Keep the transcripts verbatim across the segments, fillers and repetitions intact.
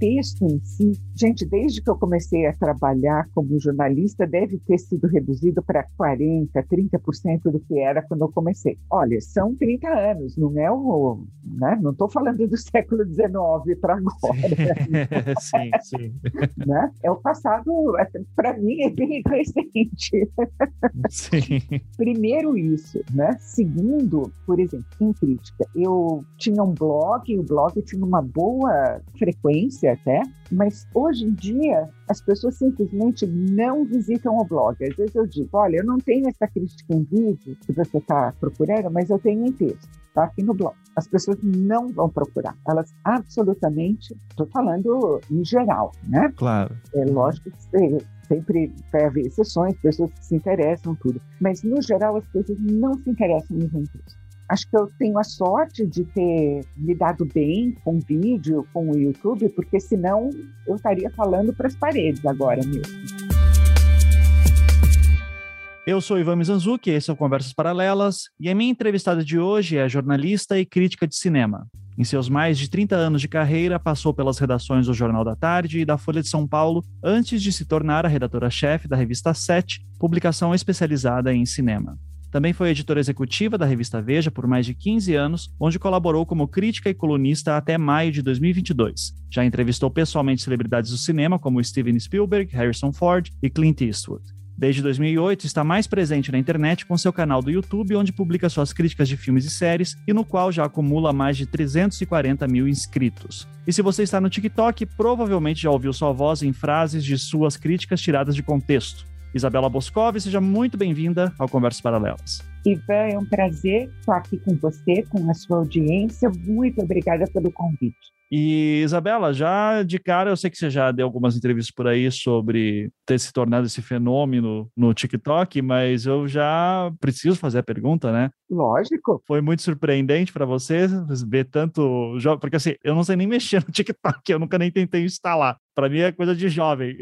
texto em si, gente, desde que eu comecei a trabalhar como jornalista, deve ter sido reduzido para quarenta, trinta por cento do que era quando eu comecei. Olha, são trinta anos, não é o... Né? Não estou falando do século dezenove para agora. Sim, sim. Né? É o passado, para mim, é bem recente. Sim. Primeiro isso, né? Segundo, por exemplo, em crítica, eu tinha um blog, o blog tinha uma boa frequência até, mas hoje em dia as pessoas simplesmente não visitam o blog. Às vezes eu digo, olha, eu não tenho essa crítica em vídeo que você está procurando, mas eu tenho em texto, está aqui no blog. As pessoas não vão procurar. Elas absolutamente, estou falando em geral, né? Claro. É lógico que sempre vai haver exceções, pessoas que se interessam, tudo. Mas, no geral, as pessoas não se interessam em ver texto. Acho que eu tenho a sorte de ter me dado bem com vídeo, com o YouTube, porque senão eu estaria falando para as paredes agora mesmo. Eu sou Ivan Mizanzuki, esse é o Conversas Paralelas, e a minha entrevistada de hoje é jornalista e crítica de cinema. Em seus mais de trinta anos de carreira, passou pelas redações do Jornal da Tarde e da Folha de São Paulo, antes de se tornar a redatora-chefe da revista Sete, publicação especializada em cinema. Também foi editora executiva da revista Veja por mais de quinze anos, onde colaborou como crítica e colunista até maio de dois mil e vinte e dois. Já entrevistou pessoalmente celebridades do cinema como Steven Spielberg, Harrison Ford e Clint Eastwood. Desde dois mil e oito, está mais presente na internet com seu canal do YouTube, onde publica suas críticas de filmes e séries e no qual já acumula mais de trezentos e quarenta mil inscritos. E se você está no TikTok, provavelmente já ouviu sua voz em frases de suas críticas tiradas de contexto. Isabela Boscov, seja muito bem-vinda ao Conversas Paralelas. Ivan, é um prazer estar aqui com você, com a sua audiência. Muito obrigada pelo convite. E, Isabela, já de cara, eu sei que você já deu algumas entrevistas por aí sobre ter se tornado esse fenômeno no TikTok, mas eu já preciso fazer a pergunta, né? Lógico. Foi muito surpreendente para você ver tanto... Jo... Porque, assim, eu não sei nem mexer no TikTok, eu nunca nem tentei instalar. Para mim é coisa de jovem.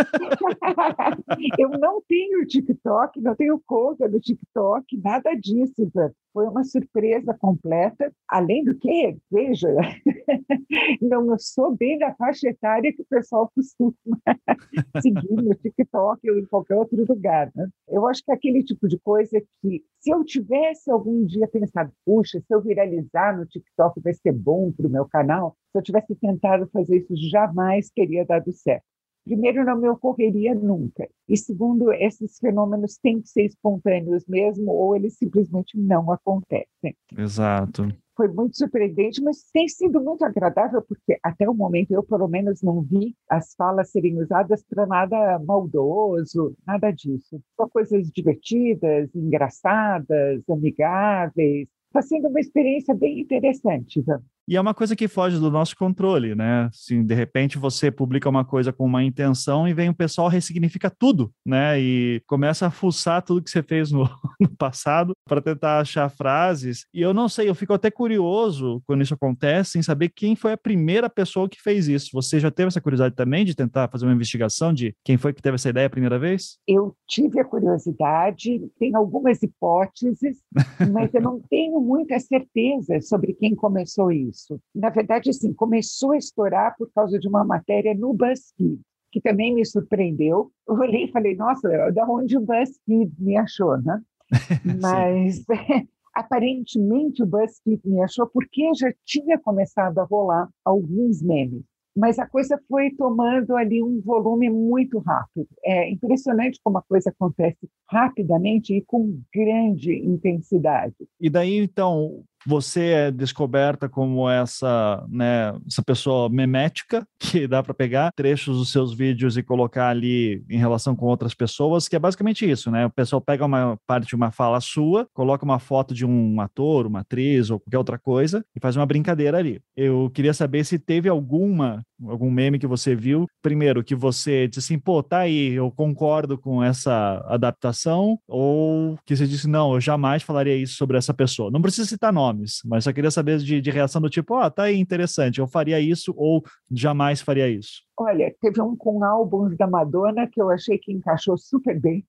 Eu não tenho TikTok, não tenho conta no TikTok, nada disso, Ivan. Foi uma surpresa completa. Além do que, veja, não sou bem da faixa etária que o pessoal costuma seguir no TikTok ou em qualquer outro lugar, né? Eu acho que é aquele tipo de coisa que, se eu tivesse algum dia pensado, puxa, se eu viralizar no TikTok vai ser bom para o meu canal, se eu tivesse tentado fazer isso, jamais teria dado certo. Primeiro, não me ocorreria nunca. E segundo, esses fenômenos têm que ser espontâneos mesmo, ou eles simplesmente não acontecem. Exato. Foi muito surpreendente, mas tem sido muito agradável, porque até o momento eu, pelo menos, não vi as falas serem usadas para nada maldoso, nada disso. Só coisas divertidas, engraçadas, amigáveis. Está sendo uma experiência bem interessante, Ivan. E é uma coisa que foge do nosso controle, né? Assim, de repente você publica uma coisa com uma intenção e vem o pessoal ressignifica tudo, né? E começa a fuçar tudo que você fez no, no passado para tentar achar frases. E eu não sei, eu fico até curioso quando isso acontece em saber quem foi a primeira pessoa que fez isso. Você já teve essa curiosidade também de tentar fazer uma investigação de quem foi que teve essa ideia a primeira vez? Eu tive a curiosidade, tem algumas hipóteses, mas eu não tenho muita certeza sobre quem começou isso. Na verdade, assim, começou a estourar por causa de uma matéria no BuzzFeed, que também me surpreendeu. Eu olhei e falei, nossa, da onde o BuzzFeed me achou, né? Mas aparentemente o BuzzFeed me achou porque já tinha começado a rolar alguns memes. Mas a coisa foi tomando ali um volume muito rápido. É impressionante como a coisa acontece rapidamente e com grande intensidade. E daí, então, você é descoberta como essa, né, essa pessoa memética, que dá para pegar trechos dos seus vídeos e colocar ali em relação com outras pessoas, que é basicamente isso, né? O pessoal pega uma parte de uma fala sua, coloca uma foto de um ator, uma atriz ou qualquer outra coisa e faz uma brincadeira ali. Eu queria saber se teve alguma, algum meme que você viu, primeiro, que você disse assim, pô, tá aí, eu concordo com essa adaptação, ou que você disse, não, eu jamais falaria isso sobre essa pessoa. Não precisa citar nome, mas só queria saber de, de reação do tipo, ó, oh, tá aí, interessante, eu faria isso ou jamais faria isso. Olha, teve um com álbuns da Madonna que eu achei que encaixou super bem.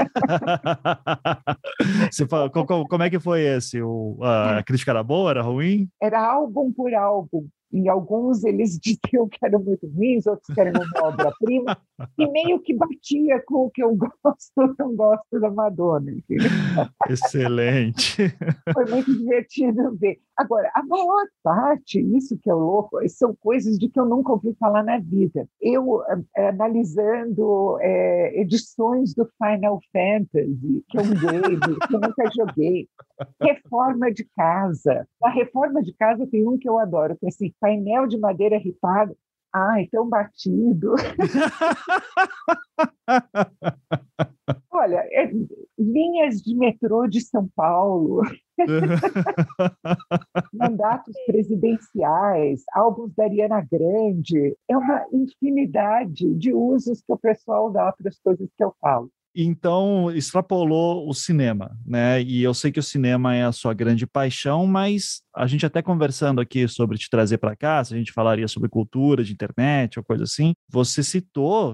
Você fala, como, como é que foi esse? O, a crítica era boa, era ruim? Era álbum por álbum. e alguns eles diziam que eram muito ruins, outros que eram uma obra-prima, e meio que batia com o que eu gosto, não gosto da Madonna. Entendeu? Excelente. Foi muito divertido ver. Agora, a maior parte, isso que é louco, são coisas de que eu nunca ouvi falar na vida. Eu, é, analisando é, edições do Final Fantasy, que é um game que eu nunca joguei, reforma de casa. Na reforma de casa tem um que eu adoro, que é assim, painel de madeira ripado. Ai, tão batido. Olha, é, linhas de metrô de São Paulo, mandatos presidenciais, álbuns da Ariana Grande, é uma infinidade de usos que o pessoal dá para as coisas que eu falo. Então, extrapolou o cinema, né? E eu sei que o cinema é a sua grande paixão, mas a gente até conversando aqui sobre te trazer para cá, se a gente falaria sobre cultura de internet ou coisa assim, você citou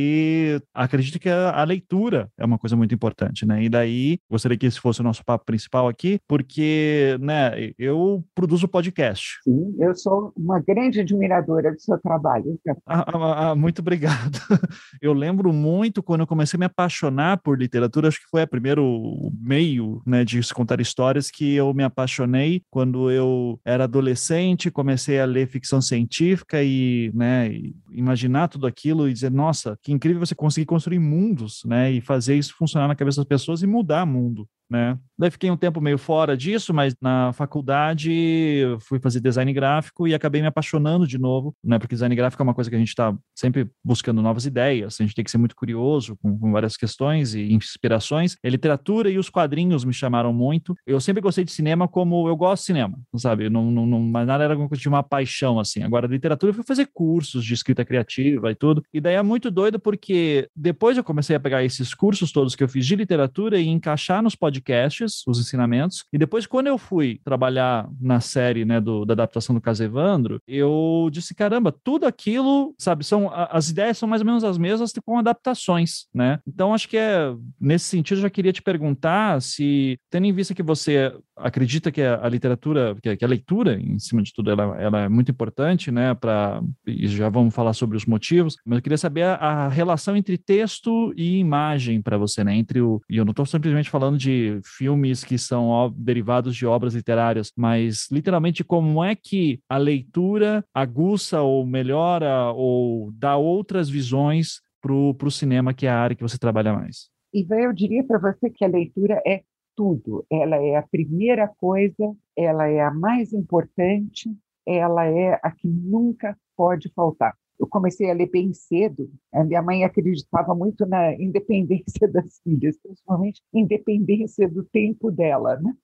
que acredita que a leitura é uma coisa muito importante, né? E daí, gostaria que esse fosse o nosso papo principal aqui, porque, né, eu produzo podcast. Sim, eu sou uma grande admiradora do seu trabalho. Ah, ah, ah, muito obrigado. Eu lembro muito quando eu comecei a me apaixonar por literatura, acho que foi o primeiro meio, né, de se contar histórias que eu me apaixonei quando eu era adolescente, comecei a ler ficção científica e, né, e imaginar tudo aquilo e dizer, nossa, que incrível você conseguir construir mundos, né, e fazer isso funcionar na cabeça das pessoas e mudar o mundo, né? Daí fiquei um tempo meio fora disso, mas na faculdade fui fazer design gráfico e acabei me apaixonando de novo, né? Porque design gráfico é uma coisa que a gente está sempre buscando novas ideias, a gente tem que ser muito curioso com, com várias questões e inspirações. A literatura e os quadrinhos me chamaram muito. Eu sempre gostei de cinema como eu gosto de cinema, sabe? Não, não, não, mas nada era alguma coisa de uma paixão, assim. Agora, literatura eu fui fazer cursos de escrita criativa e tudo. E daí é muito doido porque depois eu comecei a pegar esses cursos todos que eu fiz de literatura e encaixar nos podcasts, os ensinamentos. E depois, quando eu fui trabalhar na série, né, do, da adaptação do Caso Evandro, eu disse, caramba, tudo aquilo, sabe, são, as ideias são mais ou menos as mesmas com adaptações, né? Então, acho que é, nesse sentido, eu já queria te perguntar se, tendo em vista que você acredita que a, a literatura, que a, que a leitura, em cima de tudo, ela, ela é muito importante, né, para, e já vamos falar sobre os motivos, mas eu queria saber a, a relação entre texto e imagem para você, né, entre o, e eu não estou simplesmente falando de filmes que são ó, derivados de obras literárias, mas literalmente como é que a leitura aguça ou melhora ou dá outras visões para o cinema, que é a área que você trabalha mais. Ivan, eu diria para você que a leitura é tudo. Ela é a primeira coisa, ela é a mais importante, ela é a que nunca pode faltar. Eu comecei a ler bem cedo. A minha mãe acreditava muito na independência das filhas, principalmente independência do tempo dela, né?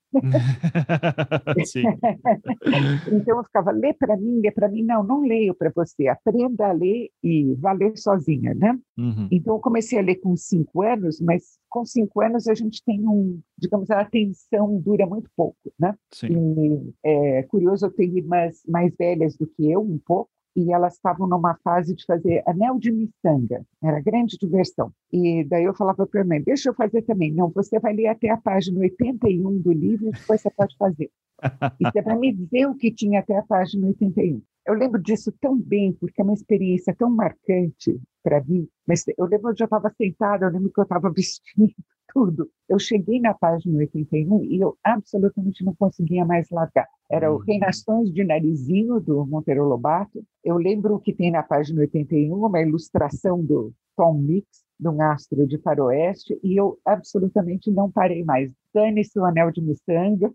Sim. Então eu ficava, lê para mim, lê para mim. Não, não leio para você. Aprenda a ler e vá ler sozinha, né? Uhum. Então eu comecei a ler com cinco anos, mas com cinco anos a gente tem um, digamos, a atenção dura muito pouco, né? Sim. E é curioso, eu tenho irmãs mais velhas do que eu, um pouco, e elas estavam numa fase de fazer anel de miçanga, era grande diversão. E daí eu falava para a mãe, deixa eu fazer também. Não, você vai ler até a página oitenta e um do livro e depois você pode fazer. Isso é para me dizer o que tinha até a página oitenta e um. Eu lembro disso tão bem, porque é uma experiência tão marcante para mim. Mas eu lembro que eu já estava sentada, eu lembro que eu estava vestindo tudo. Eu cheguei na página oitenta e um e eu absolutamente não conseguia mais largar. Era o Reinações de Narizinho, do Monteiro Lobato. Eu lembro que tem na página oitenta e um uma ilustração do Tom Mix, de um astro de faroeste, e eu absolutamente não parei mais. Dane-se o anel de miçanga.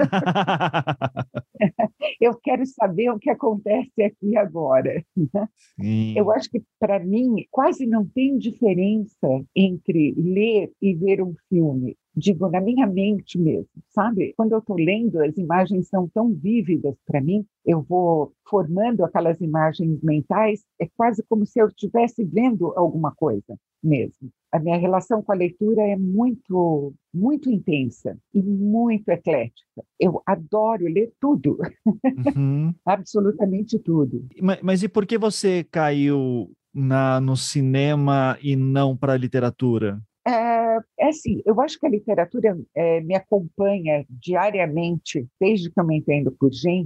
Eu quero saber o que acontece aqui agora. Sim. Eu acho que, para mim, quase não tem diferença entre ler e ver um filme. Digo, na minha mente mesmo, sabe? Quando eu estou lendo, as imagens são tão vívidas para mim, eu vou formando aquelas imagens mentais, é quase como se eu estivesse vendo alguma coisa mesmo. A minha relação com a leitura é muito, muito intensa e muito eclética. Eu adoro ler tudo, Uhum. absolutamente tudo. Mas, mas e por que você caiu na, no cinema e não para a literatura? É, é assim, eu acho que a literatura é, me acompanha diariamente, desde que eu me entendo por gente,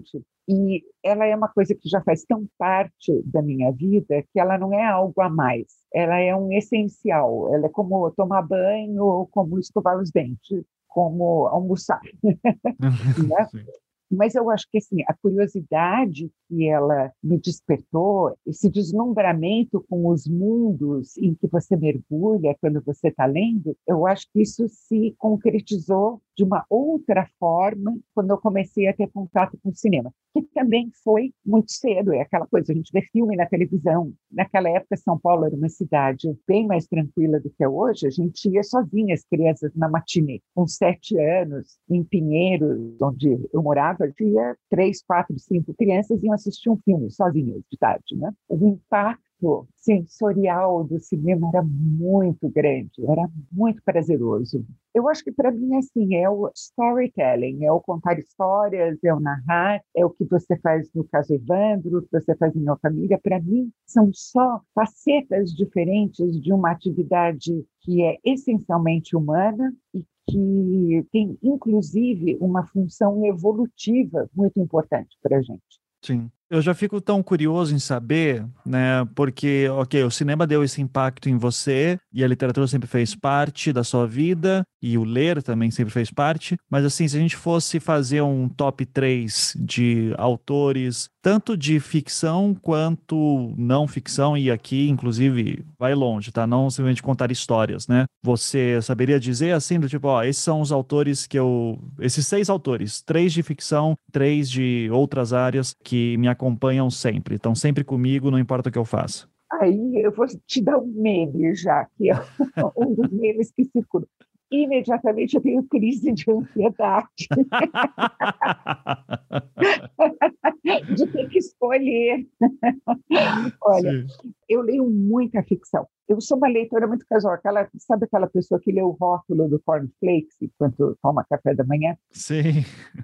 E ela é uma coisa que já faz tão parte da minha vida que ela não é algo a mais. Ela é um essencial. Ela é como tomar banho, como escovar os dentes, como almoçar. Né? Sim. Mas eu acho que assim, a curiosidade que ela me despertou, esse deslumbramento com os mundos em que você mergulha quando você está lendo, eu acho que isso se concretizou de uma outra forma quando eu comecei a ter contato com o cinema, que também foi muito cedo, é aquela coisa, a gente vê filme na televisão. Naquela época, São Paulo era uma cidade bem mais tranquila do que é hoje, a gente ia sozinha, as crianças, na matinê, com sete anos, em Pinheiros, onde eu morava, tinha três, quatro, cinco crianças e iam assistir um filme sozinhas de tarde, né? O impacto sensorial do cinema era muito grande, era muito prazeroso. Eu acho que para mim assim é o storytelling, é o contar histórias, é o narrar, é o que você faz no caso Evandro, o que você faz em Minha Família. Para mim são só facetas diferentes de uma atividade que é essencialmente humana e que tem, inclusive, uma função evolutiva muito importante para a gente. Sim. Eu já fico tão curioso em saber, né? Porque, ok, o cinema deu esse impacto em você e a literatura sempre fez parte da sua vida e o ler também sempre fez parte. Mas, assim, se a gente fosse fazer um top três de autores, tanto de ficção quanto não ficção, e aqui, inclusive, vai longe, tá? Não simplesmente contar histórias, né? Você saberia dizer, assim, do tipo, ó, esses são os autores que eu... Esses seis autores, três de ficção, três de outras áreas que me acompanham sempre, estão sempre comigo, não importa o que eu faça. Aí eu vou te dar um meme já, que é um dos memes que circulam. Imediatamente eu tenho crise de ansiedade de ter que escolher. Olha, Sim. eu leio muita ficção. Eu sou uma leitora muito casual. Aquela, sabe aquela pessoa que lê o rótulo do cornflakes enquanto toma café da manhã? Sim.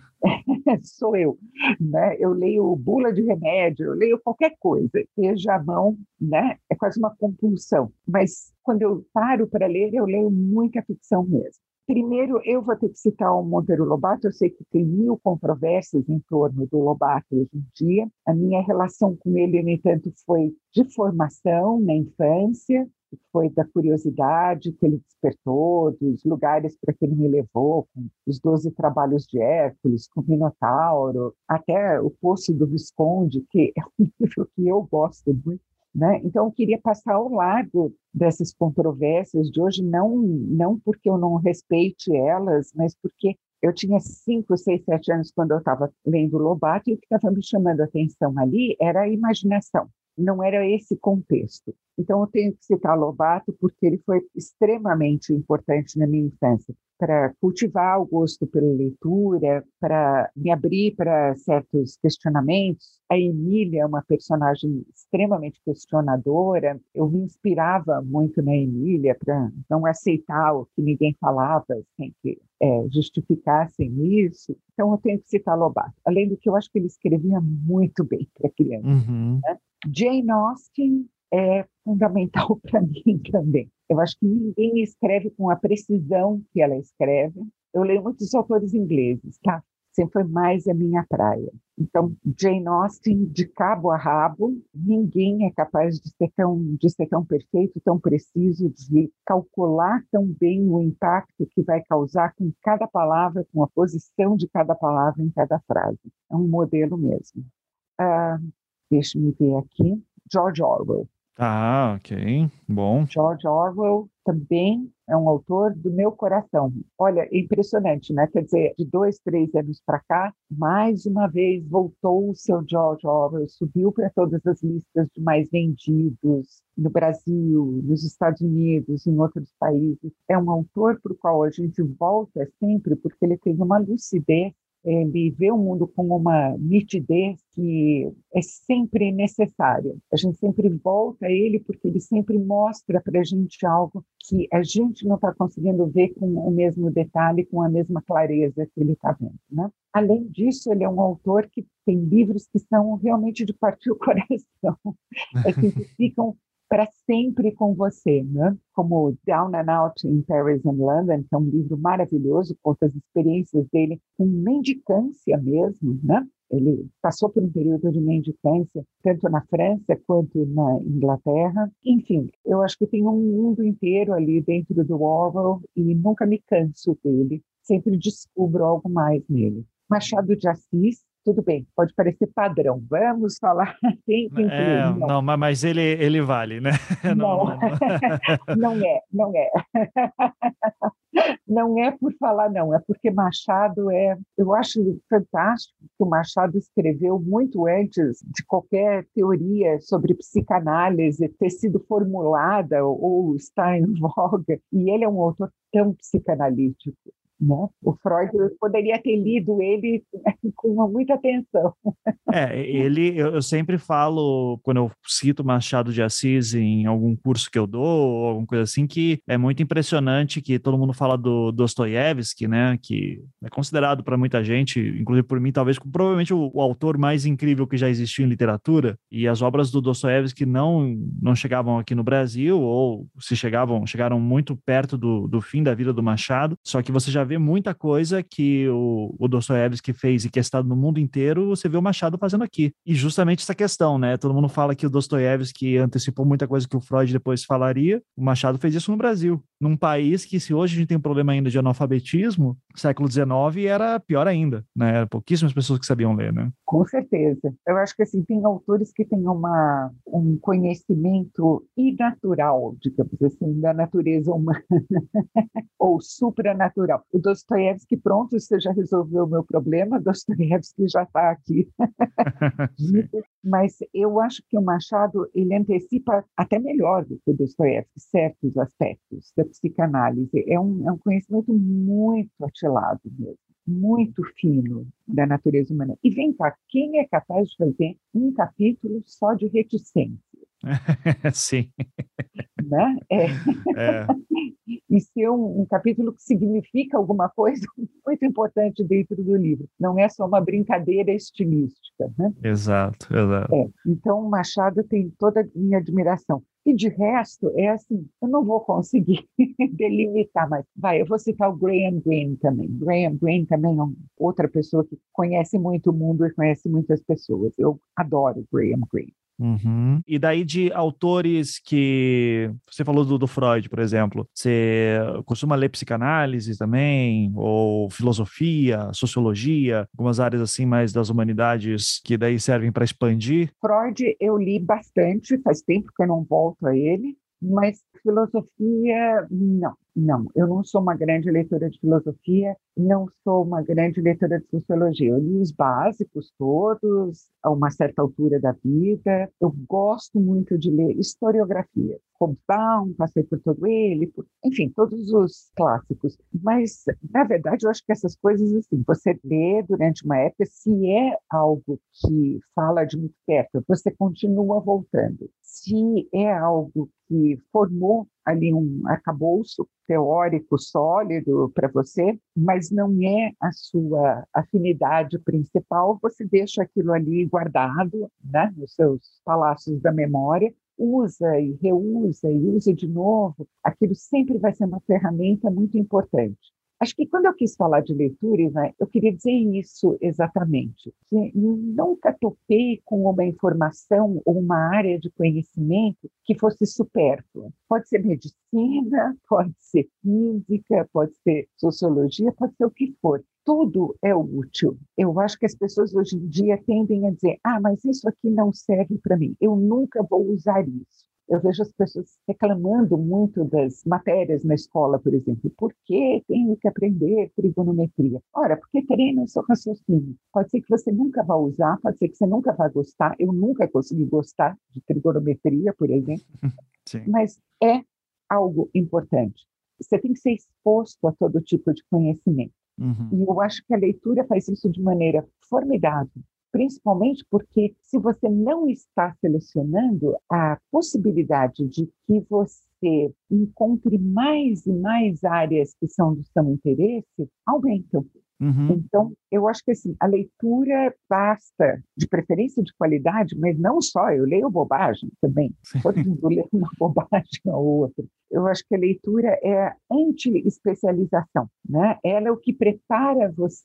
Sou eu, né? Eu leio bula de remédio, eu leio qualquer coisa, esteja à mão, né? É quase uma compulsão. Mas quando eu paro para ler, eu leio muita ficção mesmo. Primeiro, eu vou ter que citar o Monteiro Lobato. Eu sei que tem mil controvérsias em torno do Lobato hoje em dia. A minha relação com ele, no entanto, foi de formação na infância, foi da curiosidade que ele despertou, dos lugares para que ele me levou, com os Doze Trabalhos de Hércules, com o Minotauro, até o Poço do Visconde, que é um livro que eu gosto muito. Né? Então, eu queria passar ao lado dessas controvérsias de hoje, não, não porque eu não respeite elas, mas porque eu tinha cinco, seis, sete anos quando eu estava lendo Lobato, e o que estava me chamando a atenção ali era a imaginação, não era esse contexto. Então, eu tenho que citar Lobato porque ele foi extremamente importante na minha infância, para cultivar o gosto pela leitura, para me abrir para certos questionamentos. A Emília é uma personagem extremamente questionadora. Eu me inspirava muito na Emília para não aceitar o que ninguém falava, sem que é, justificassem isso. Então, eu tenho que citar Lobato. Além do que eu acho que ele escrevia muito bem para criança. Uhum. Né? Jane Austen é fundamental para mim também. Eu acho que ninguém escreve com a precisão que ela escreve. Eu leio muitos autores ingleses, tá? Sempre foi mais a minha praia. Então, Jane Austen, de cabo a rabo, ninguém é capaz de ser tão, de ser tão perfeito, tão preciso, de calcular tão bem o impacto que vai causar com cada palavra, com a posição de cada palavra em cada frase. É um modelo mesmo. Ah, deixa-me ver aqui. George Orwell. Ah, ok. Bom. George Orwell também é um autor do meu coração. Olha, impressionante, né? Quer dizer, de dois, três anos para cá, mais uma vez voltou o seu George Orwell, subiu para todas as listas de mais vendidos no Brasil, nos Estados Unidos, em outros países. É um autor para o qual a gente volta sempre porque ele tem uma lucidez. Ele vê o mundo com uma nitidez que é sempre necessária. A gente sempre volta a ele porque ele sempre mostra para a gente algo que a gente não está conseguindo ver com o mesmo detalhe, com a mesma clareza que ele está vendo. Né? Além disso, ele é um autor que tem livros que são realmente de partir o coração, assim, que ficam para sempre com você, né? Como Down and Out in Paris and London, que é um livro maravilhoso, conta as experiências dele com mendicância mesmo, né? Ele passou por um período de mendicância, tanto na França quanto na Inglaterra. Enfim, eu acho que tem um mundo inteiro ali dentro do Orwell e nunca me canso dele. Sempre descubro algo mais nele. Machado de Assis, tudo bem, pode parecer padrão. Vamos falar, tem que incluir. É, Não, não, ma- mas ele, ele vale, né? Não, não, não, não. não é, não é. Não é por falar, não, é porque Machado é. Eu acho fantástico que o Machado escreveu muito antes de qualquer teoria sobre psicanálise ter sido formulada ou estar em voga. E ele é um autor tão psicanalítico. Né? O Freud poderia ter lido ele com muita atenção. É, ele, eu, eu sempre falo, quando eu cito Machado de Assis em algum curso que eu dou, ou alguma coisa assim, que é muito impressionante que todo mundo fala do Dostoiévski, né, que é considerado para muita gente, inclusive por mim, talvez, provavelmente o, o autor mais incrível que já existiu em literatura, e as obras do Dostoiévski não, não chegavam aqui no Brasil, ou se chegavam, chegaram muito perto do, do fim da vida do Machado, só que você já vê muita coisa que o, o Dostoiévski fez e que é citado no mundo inteiro, você vê o Machado fazendo aqui. E justamente essa questão, né? Todo mundo fala que o Dostoiévski antecipou muita coisa que o Freud depois falaria. O Machado fez isso no Brasil, num país que, se hoje a gente tem um problema ainda de analfabetismo, século dezenove era pior ainda, né? Eram pouquíssimas pessoas que sabiam ler, né? Com certeza. Eu acho que assim, tem autores que têm uma, um conhecimento inatural, digamos assim, da natureza humana, ou supranatural. O Dostoiévski, pronto, você já resolveu o meu problema, Dostoiévski já está aqui. Mas eu acho que o Machado ele antecipa até melhor do que o Dostoiévski certos aspectos da psicanálise. É um, é um conhecimento muito atilado mesmo, muito fino da natureza humana. E vem cá, quem é capaz de fazer um capítulo só de reticência? Sim. Né? É. É. E ser um, um capítulo que significa alguma coisa muito importante dentro do livro. Não é só uma brincadeira estilística. Né? Exato, exato. É. Então, o Machado tem toda a minha admiração. E de resto, é assim, eu não vou conseguir delimitar, mas vai, eu vou citar o Graham Greene também. Graham Greene também é um, outra pessoa que conhece muito o mundo e conhece muitas pessoas. Eu adoro Graham Greene. Uhum. E daí de autores que... Você falou do, do Freud, por exemplo. Você costuma ler psicanálise também? Ou filosofia, sociologia? Algumas áreas assim mais das humanidades que daí servem para expandir? Freud eu li bastante, faz tempo que eu não volto a ele, mas filosofia, não. Não, eu não sou uma grande leitora de filosofia, não sou uma grande leitora de sociologia. Eu li os básicos todos, a uma certa altura da vida. Eu gosto muito de ler historiografia. Hobsbawm, passei por todo ele, por, enfim, todos os clássicos. Mas, na verdade, eu acho que essas coisas, assim, você lê durante uma época, se é algo que fala de muito perto, você continua voltando. Se é algo que formou ali um arcabouço teórico sólido para você, mas não é a sua afinidade principal, você deixa aquilo ali guardado, né, nos seus palácios da memória, usa e reusa e usa de novo, aquilo sempre vai ser uma ferramenta muito importante. Acho que quando eu quis falar de leitura, né, eu queria dizer isso exatamente, que nunca topei com uma informação ou uma área de conhecimento que fosse supérflua. Pode ser medicina, pode ser física, pode ser sociologia, pode ser o que for. Tudo é útil. Eu acho que as pessoas hoje em dia tendem a dizer, ah, mas isso aqui não serve para mim, eu nunca vou usar isso. Eu vejo as pessoas reclamando muito das matérias na escola, por exemplo. Por que tenho que aprender trigonometria? Ora, porque treina o seu raciocínio. Pode ser que você nunca vá usar, pode ser que você nunca vá gostar. Eu nunca consegui gostar de trigonometria, por exemplo. Sim. Mas é algo importante. Você tem que ser exposto a todo tipo de conhecimento. Uhum. E eu acho que a leitura faz isso de maneira formidável. Principalmente porque, se você não está selecionando, a possibilidade de que você encontre mais e mais áreas que são do seu interesse aumentam. Uhum. Então, eu acho que assim, a leitura basta, de preferência de qualidade, mas não só, eu leio bobagem também. Todo mundo lê uma bobagem ou outra. Eu acho que a leitura é a anti-especialização, né? Ela é o que prepara você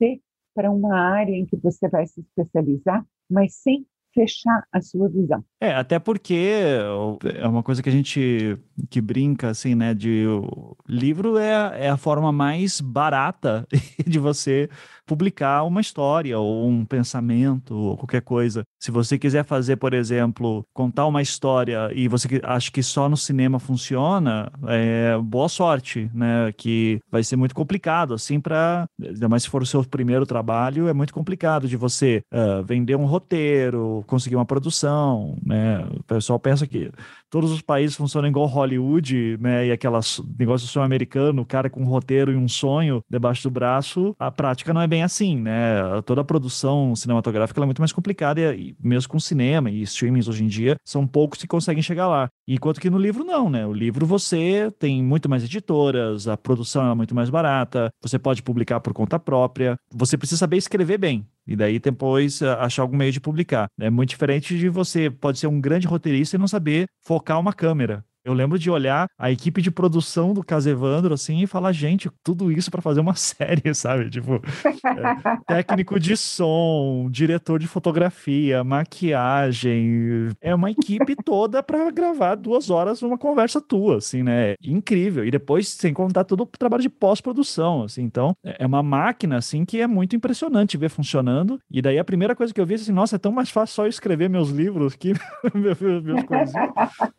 para uma área em que você vai se especializar, mas sem fechar a sua visão. É, até porque é uma coisa que a gente que brinca, assim, né, de o livro é, é a forma mais barata de você publicar uma história ou um pensamento ou qualquer coisa. Se você quiser fazer, por exemplo, contar uma história e você acha que só no cinema funciona, é, boa sorte, né, que vai ser muito complicado, assim, para, ainda mais se for o seu primeiro trabalho, é muito complicado de você uh, vender um roteiro, conseguir uma produção, né? O pessoal pensa que todos os países funcionam igual Hollywood, né? E aquelas negócio do sonho americano, o cara com um roteiro e um sonho debaixo do braço, a prática não é bem assim, né? Toda a produção cinematográfica ela é muito mais complicada, e, e mesmo com cinema e streamings hoje em dia, são poucos que conseguem chegar lá. Enquanto que no livro não, né? O livro você tem muito mais editoras, a produção é muito mais barata, você pode publicar por conta própria, você precisa saber escrever bem. E daí depois achar algum meio de publicar. É muito diferente de você pode ser um grande roteirista e não saber focar uma câmera. Eu lembro de olhar a equipe de produção do Casa Evandro, assim, e falar, gente, tudo isso para fazer uma série, sabe? Tipo, é, técnico de som, diretor de fotografia, maquiagem. É uma equipe toda para gravar duas horas uma conversa tua, assim, né? Incrível. E depois, sem contar todo o trabalho de pós-produção, assim. Então, é uma máquina, assim, que é muito impressionante ver funcionando. E daí a primeira coisa que eu vi, assim, nossa, é tão mais fácil só eu escrever meus livros que meus coisinhos.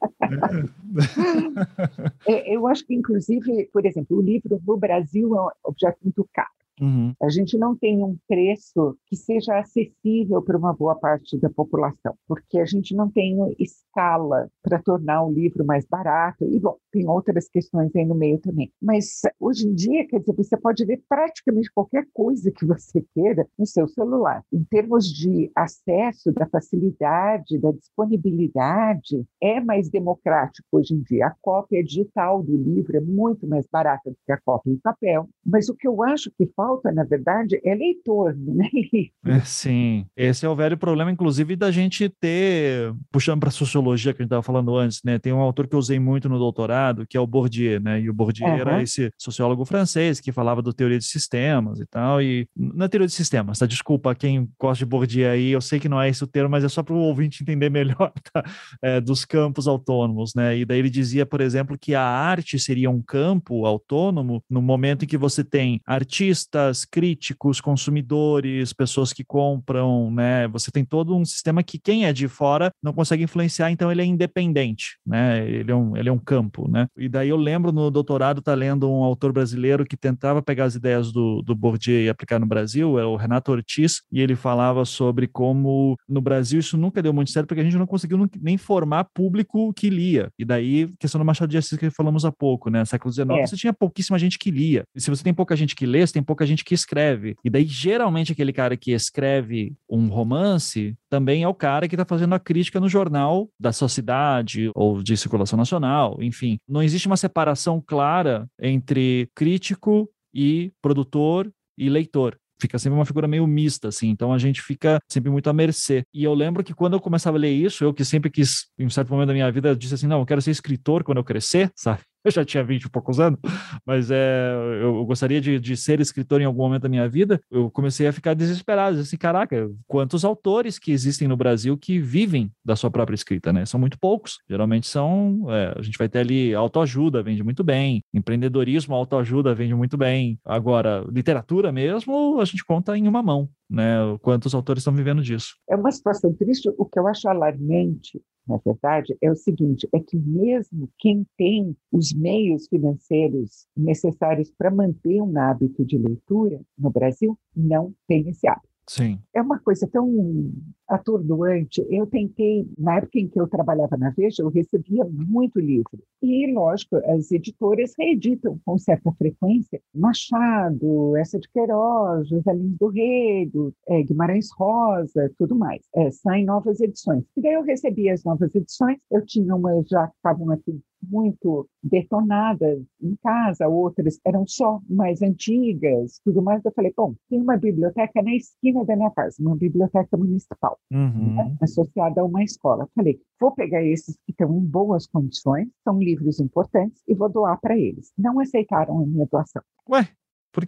Eu acho que, inclusive, por exemplo, o livro no Brasil é um objeto muito caro. Uhum. A gente não tem um preço que seja acessível para uma boa parte da população, porque a gente não tem escala para tornar o livro mais barato, e, bom, tem outras questões aí no meio também. Mas, hoje em dia, quer dizer, você pode ver praticamente qualquer coisa que você queira no seu celular. Em termos de acesso, da facilidade, da disponibilidade, é mais democrático hoje em dia. A cópia digital do livro é muito mais barata do que a cópia em papel, mas o que eu acho que falta, na verdade, é leitor, não é livro. É, sim, esse é o velho problema, inclusive, da gente ter, puxando para a sociologia que a gente estava falando antes, né? Tem um autor que eu usei muito no doutorado, que é o Bourdieu, né? E o Bourdieu uhum. era esse sociólogo francês que falava do teoria de sistemas e tal, e na teoria de sistemas, tá? Desculpa quem gosta de Bourdieu aí, eu sei que não é esse o termo, mas é só para o ouvinte entender melhor, tá? É, dos campos autônomos, né? E daí ele dizia, por exemplo, que a arte seria um campo autônomo no momento em que você tem artistas, críticos, consumidores, pessoas que compram, né? Você tem todo um sistema que quem é de fora não consegue influenciar, então ele é independente, né? Ele é um, ele é um campo, né? E daí eu lembro no doutorado tá lendo um autor brasileiro que tentava pegar as ideias do, do Bourdieu e aplicar no Brasil, é o Renato Ortiz, e ele falava sobre como no Brasil isso nunca deu muito certo, porque a gente não conseguiu nem formar público que lia. E daí, questão do Machado de Assis que falamos há pouco, né? Século dezenove, é. Você tinha pouquíssima gente que lia. E se você tem pouca gente que lê, você tem pouca gente que escreve. E daí, geralmente, aquele cara que escreve um romance também é o cara que está fazendo a crítica no jornal da sua cidade ou de circulação nacional, enfim. Não existe uma separação clara entre crítico e produtor e leitor. Fica sempre uma figura meio mista, assim, então a gente fica sempre muito à mercê. E eu lembro que quando eu começava a ler isso, eu que sempre quis, em um certo momento da minha vida, eu disse assim, não, eu quero ser escritor quando eu crescer, sabe? Eu já tinha vinte e poucos anos, mas é, eu gostaria de, de ser escritor em algum momento da minha vida. Eu comecei a ficar desesperado, assim, caraca, quantos autores que existem no Brasil que vivem da sua própria escrita, né? São muito poucos. Geralmente são, é, a gente vai ter ali autoajuda, vende muito bem, empreendedorismo, autoajuda, vende muito bem. Agora, literatura mesmo, a gente conta em uma mão, né? Quantos autores estão vivendo disso. É uma situação triste. O que eu acho alarmante, na verdade, é o seguinte, é que mesmo quem tem os meios financeiros necessários para manter um hábito de leitura no Brasil, não tem esse hábito. Sim. É uma coisa tão atordoante. Eu tentei, na época em que eu trabalhava na Veja, eu recebia muito livro. E, lógico, as editoras reeditam com certa frequência Machado, Essa de Queiroz, José Lins do Rego, é, Guimarães Rosa, tudo mais. É, saem novas edições. E daí eu recebia as novas edições, eu tinha umas já que estavam aqui muito detonadas em casa, outras eram só mais antigas, tudo mais. Eu falei, bom, tem uma biblioteca na esquina da minha casa, uma biblioteca municipal, uhum. né, associada a uma escola. Eu falei, vou pegar esses que estão em boas condições, são livros importantes, e vou doar para eles. Não aceitaram a minha doação. Ué, por quê?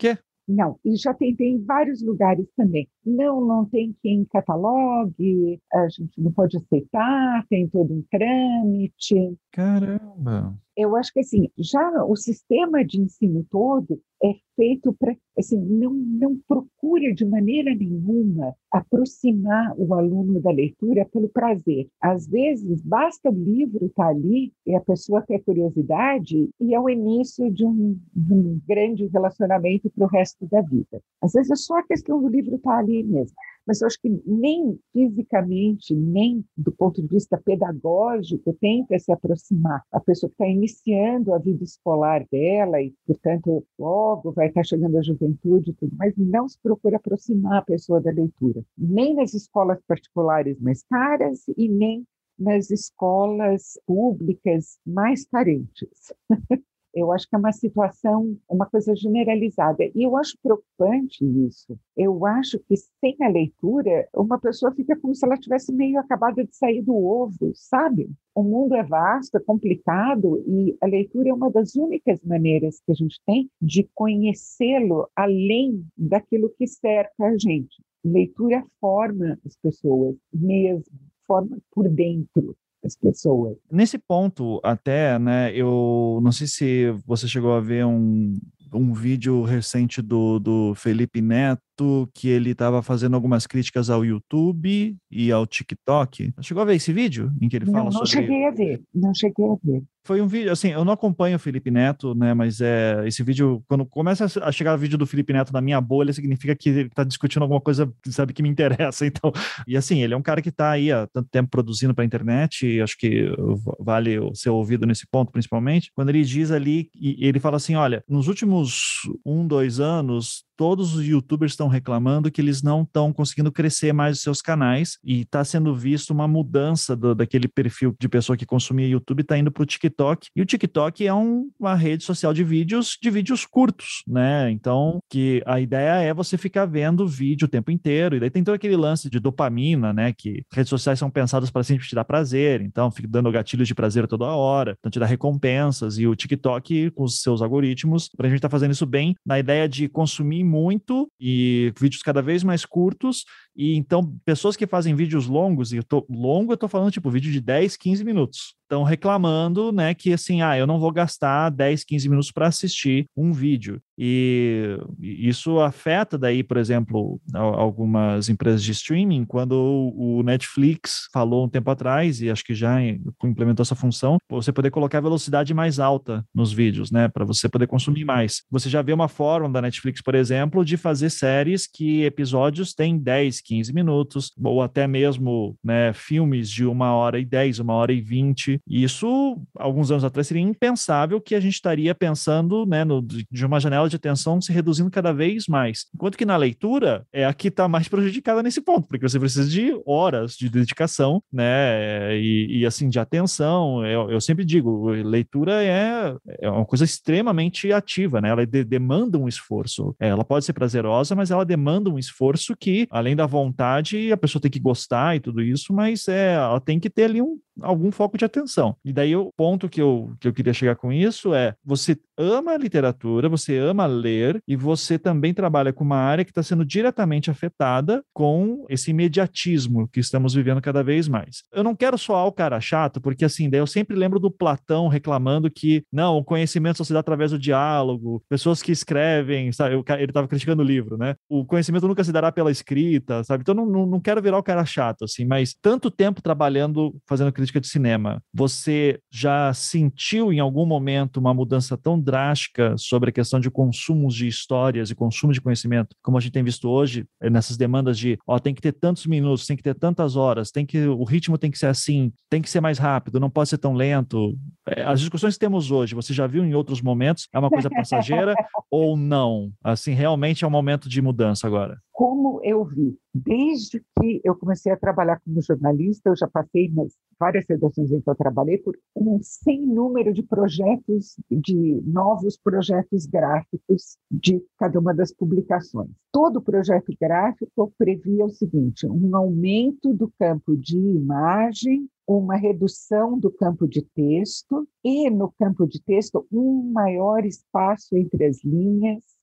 Não, e já tentei em vários lugares também. Não, não tem quem catalogue, a gente não pode aceitar, tem todo um trâmite. Caramba! Eu acho que assim, já o sistema de ensino todo é feito para, assim, não, não procura de maneira nenhuma aproximar o aluno da leitura pelo prazer. Às vezes, basta o livro estar ali e a pessoa ter curiosidade e é o início de um, de um grande relacionamento para o resto da vida. Às vezes é só a questão do livro estar ali mesmo. Mas eu acho que nem fisicamente, nem do ponto de vista pedagógico, tenta se aproximar. A pessoa que está iniciando a vida escolar dela e, portanto, logo vai estar chegando à juventude e tudo, mas não se procura aproximar a pessoa da leitura. Nem nas escolas particulares mais caras e nem nas escolas públicas mais carentes. Eu acho que é uma situação, uma coisa generalizada. E eu acho preocupante isso. Eu acho que sem a leitura, uma pessoa fica como se ela tivesse meio acabada de sair do ovo, sabe? O mundo é vasto, é complicado, e a leitura é uma das únicas maneiras que a gente tem de conhecê-lo além daquilo que cerca a gente. Leitura forma as pessoas mesmo, forma por dentro as pessoas. Nesse ponto, até, né, eu não sei se você chegou a ver um, um vídeo recente do, do Felipe Neto, que ele estava fazendo algumas críticas ao YouTube e ao TikTok. Chegou a ver esse vídeo em que ele Não, fala não sobre... cheguei a ver, não cheguei a ver. Foi um vídeo, assim, eu não acompanho o Felipe Neto, né, mas é, esse vídeo, quando começa a chegar o vídeo do Felipe Neto na minha bolha, significa que ele tá discutindo alguma coisa, sabe, que me interessa, então, e assim, ele é um cara que tá aí há tanto tempo produzindo pra internet, e acho que vale ser ouvido nesse ponto, principalmente, quando ele diz ali, e ele fala assim, olha, nos últimos um, dois anos, todos os youtubers estão reclamando que eles não estão conseguindo crescer mais os seus canais e está sendo visto uma mudança do, daquele perfil de pessoa que consumia YouTube, está indo para o TikTok, e o TikTok é um, uma rede social de vídeos, de vídeos curtos, né? Então, que a ideia é você ficar vendo vídeo o tempo inteiro, e daí tem todo aquele lance de dopamina, né? Que redes sociais são pensadas para sempre te dar prazer, então fica dando gatilhos de prazer toda hora, então te dá recompensas, e o TikTok, com os seus algoritmos, para a gente estar tá fazendo isso bem, na ideia de consumir muito e vídeos cada vez mais curtos, e então pessoas que fazem vídeos longos, e eu tô longo, eu tô falando tipo vídeo de dez, quinze minutos, estão reclamando, né, que assim, ah, eu não vou gastar dez, quinze minutos para assistir um vídeo. E isso afeta daí, por exemplo, algumas empresas de streaming, quando o Netflix falou um tempo atrás, e acho que já implementou essa função, você poder colocar a velocidade mais alta nos vídeos, né, para você poder consumir mais. Você já vê uma forma da Netflix, por exemplo, de fazer séries que episódios têm dez, quinze minutos, ou até mesmo, né, filmes de uma hora e dez, uma hora e vinte. Isso, alguns anos atrás, seria impensável, que a gente estaria pensando, né, no, de uma janela de atenção se reduzindo cada vez mais. Enquanto que na leitura é a que está mais prejudicada nesse ponto, porque você precisa de horas de dedicação, né, e, e assim, de atenção. Eu, eu sempre digo, leitura é, é uma coisa extremamente ativa, né, ela de, demanda um esforço. Ela pode ser prazerosa, mas ela demanda um esforço que, além da vontade, a pessoa tem que gostar e tudo isso, mas é, ela tem que ter ali um algum foco de atenção. E daí o ponto que eu, que eu queria chegar com isso é, você ama a literatura, você ama ler, e você também trabalha com uma área que está sendo diretamente afetada com esse imediatismo que estamos vivendo cada vez mais. Eu não quero soar o cara chato, porque assim, daí eu sempre lembro do Platão reclamando que, não, o conhecimento só se dá através do diálogo, pessoas que escrevem, sabe, ele estava criticando o livro, né? O conhecimento nunca se dará pela escrita, sabe? Então não, não, não quero virar o cara chato, assim, mas tanto tempo trabalhando, fazendo crítica de cinema, você já sentiu em algum momento uma mudança tão drástica sobre a questão de consumos de histórias e consumo de conhecimento, como a gente tem visto hoje, nessas demandas de, ó, tem que ter tantos minutos, tem que ter tantas horas, tem que, o ritmo tem que ser assim, tem que ser mais rápido, não pode ser tão lento. As discussões que temos hoje, você já viu em outros momentos, é uma coisa passageira ou não? Assim, realmente é um momento de mudança agora? Como eu vi, desde que eu comecei a trabalhar como jornalista, eu já passei nas várias redações em que eu trabalhei por um sem número de projetos, de novos projetos gráficos de cada uma das publicações. Todo projeto gráfico previa o seguinte, um aumento do campo de imagem, uma redução do campo de texto e, no campo de texto, um maior espaço entre as linhas,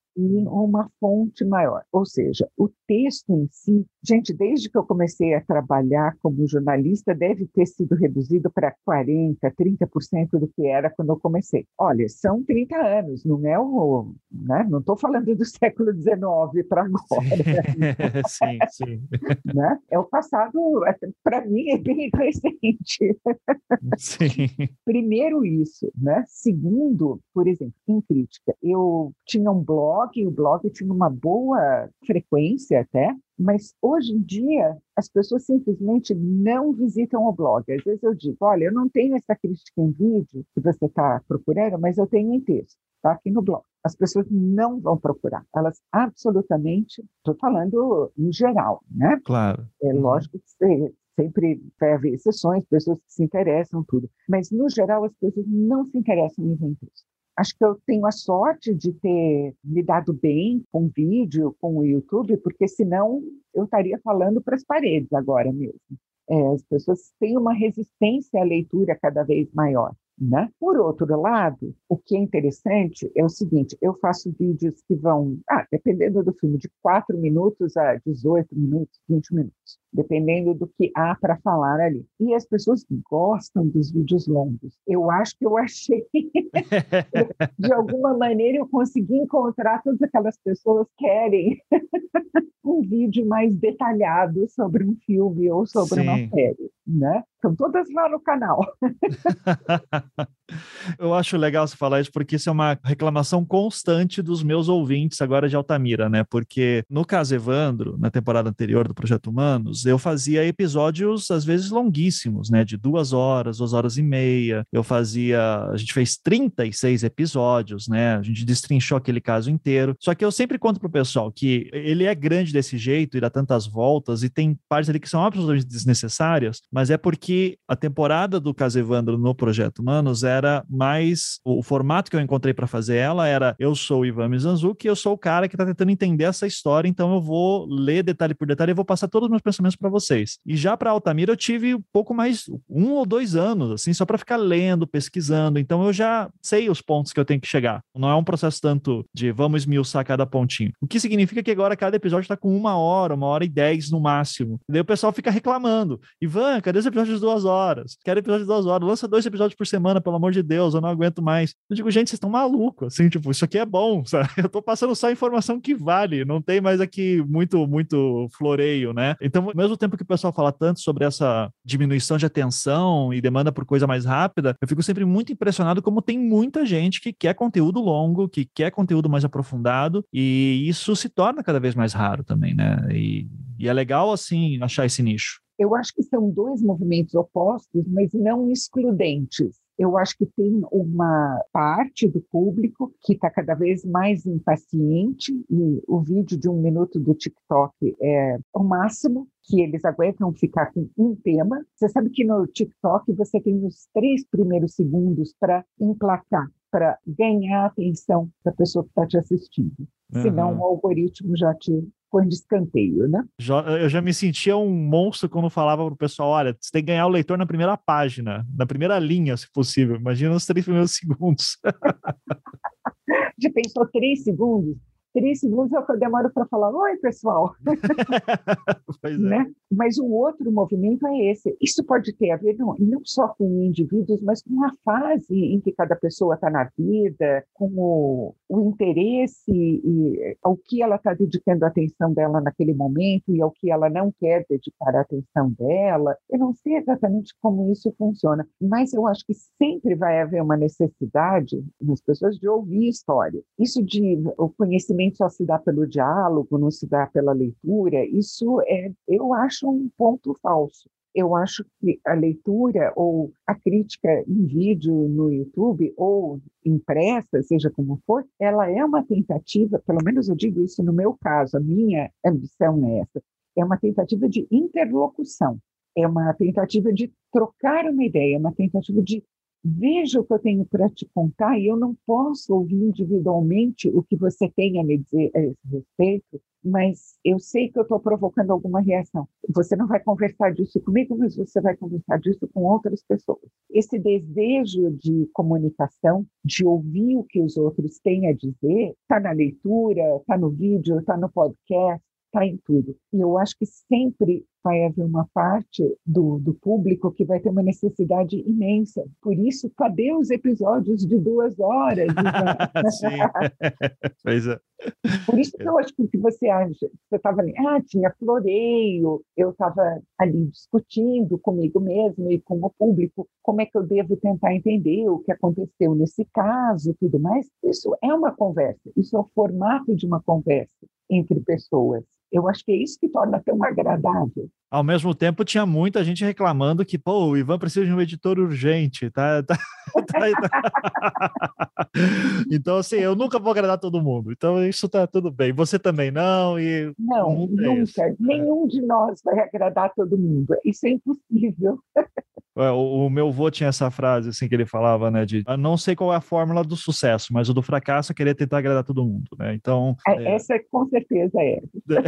e uma fonte maior. Ou seja, o texto em si, gente, desde que eu comecei a trabalhar como jornalista, deve ter sido reduzido para quarenta por cento, trinta por cento do que era quando eu comecei. Olha, são trinta anos, não é o... Né? Não estou falando do século dezenove para agora. Sim, sim. Né? É o passado, para mim, é bem recente. Sim. Primeiro isso, né? Segundo, por exemplo, em crítica, eu tinha um blog, o blog tinha uma boa frequência até, mas hoje em dia as pessoas simplesmente não visitam o blog. Às vezes eu digo, olha, eu não tenho essa crítica em vídeo que você está procurando, mas eu tenho em texto, está aqui no blog. As pessoas não vão procurar, elas absolutamente, estou falando em geral, né? Claro. É lógico que você sempre vai haver exceções, pessoas que se interessam, tudo. Mas, no geral, as pessoas não se interessam em ver texto. Acho que eu tenho a sorte de ter me dado bem com o vídeo, com o YouTube, porque senão eu estaria falando para as paredes agora mesmo. É, as pessoas têm uma resistência à leitura cada vez maior. Né? Por outro lado, o que é interessante é o seguinte, eu faço vídeos que vão, ah, dependendo do filme, de quatro minutos a dezoito minutos, vinte minutos, dependendo do que há para falar ali. E as pessoas gostam dos vídeos longos. Eu acho que eu achei, de alguma maneira eu consegui encontrar todas aquelas pessoas que querem um vídeo mais detalhado sobre um filme ou sobre uma Sim. série, né? Estão todas lá no canal. Eu acho legal você falar isso, porque isso é uma reclamação constante dos meus ouvintes agora de Altamira, né? Porque no caso Evandro, na temporada anterior do Projeto Humanos, eu fazia episódios, às vezes, longuíssimos, né? De duas horas, duas horas e meia. Eu fazia... A gente fez trinta e seis episódios, né? A gente destrinchou aquele caso inteiro. Só que eu sempre conto pro pessoal que ele é grande desse jeito e dá tantas voltas e tem partes ali que são absolutamente desnecessárias, mas é porque a temporada do caso Evandro no Projeto Humanos era mais... O, o formato que eu encontrei para fazer ela era eu sou o Ivan Mizanzuki e eu sou o cara que está tentando entender essa história, então eu vou ler detalhe por detalhe e vou passar todos os meus pensamentos para vocês. E já para Altamira eu tive um pouco mais, um ou dois anos, assim, só para ficar lendo, pesquisando, então eu já sei os pontos que eu tenho que chegar. Não é um processo tanto de vamos esmiuçar cada pontinho. O que significa que agora cada episódio está com uma hora, uma hora e dez no máximo. E daí o pessoal fica reclamando. Ivan, cadê os episódios de duas horas? Quero episódio de duas horas. Lança dois episódios por semana, pelo amor de Deus, eu não aguento mais. Eu digo, gente, vocês estão malucos, assim, tipo, isso aqui é bom, sabe? Eu tô passando só informação que vale, não tem mais aqui muito, muito floreio, né? Então, ao mesmo tempo que o pessoal fala tanto sobre essa diminuição de atenção e demanda por coisa mais rápida, eu fico sempre muito impressionado como tem muita gente que quer conteúdo longo, que quer conteúdo mais aprofundado, e isso se torna cada vez mais raro também, né? E, e é legal, assim, achar esse nicho. Eu acho que são dois movimentos opostos, mas não excludentes. Eu acho que tem uma parte do público que está cada vez mais impaciente e o vídeo de um minuto do TikTok é o máximo que eles aguentam ficar com um tema. Você sabe que no TikTok você tem os três primeiros segundos para emplacar, para ganhar a atenção da pessoa que está te assistindo. Uhum. Senão o algoritmo já te põe de escanteio, né? Eu já me sentia um monstro quando falava pro pessoal, olha, você tem que ganhar o leitor na primeira página, na primeira linha, se possível. Imagina os três primeiros segundos. Já pensou três segundos? Três segundos é o que eu demoro para falar, oi, pessoal. Pois né? é. Mas o outro movimento é esse. Isso pode ter a ver não, não só com indivíduos, mas com a fase em que cada pessoa está na vida, com o, o interesse e ao que ela está dedicando a atenção dela naquele momento e ao que ela não quer dedicar a atenção dela. Eu não sei exatamente como isso funciona, mas eu acho que sempre vai haver uma necessidade nas pessoas de ouvir histórias. Isso de o conhecimento só se dá pelo diálogo, não se dá pela leitura, isso é, eu acho um ponto falso. Eu acho que a leitura ou a crítica em vídeo no YouTube ou impressa, seja como for, ela é uma tentativa, pelo menos eu digo isso no meu caso, a minha ambição é essa, é uma tentativa de interlocução, é uma tentativa de trocar uma ideia, é uma tentativa de veja o que eu tenho para te contar e eu não posso ouvir individualmente o que você tem a me dizer a esse respeito, mas eu sei que eu estou provocando alguma reação. Você não vai conversar disso comigo, mas você vai conversar disso com outras pessoas. Esse desejo de comunicação, de ouvir o que os outros têm a dizer, está na leitura, está no vídeo, está no podcast, está em tudo. E eu acho que sempre vai haver uma parte do, do público que vai ter uma necessidade imensa. Por isso, cadê os episódios de duas horas? Sim, pois é. Por isso que eu acho que o que você acha, você estava ali, ah, tinha floreio, eu estava ali discutindo comigo mesmo e com o público, como é que eu devo tentar entender o que aconteceu nesse caso, tudo mais. Isso é uma conversa, isso é o formato de uma conversa entre pessoas. Eu acho que é isso que torna tão agradável. Ao mesmo tempo, tinha muita gente reclamando que, pô, o Ivan precisa de um editor urgente, tá? tá, tá, tá. Então, assim, eu nunca vou agradar todo mundo. Então, isso tá tudo bem. Você também não, e não, nunca. É Nenhum de nós vai agradar todo mundo. Isso é impossível. O, o meu avô tinha essa frase, assim, que ele falava, né, de, não sei qual é a fórmula do sucesso, mas o do fracasso é querer tentar agradar todo mundo, né? Então... É, essa com certeza é.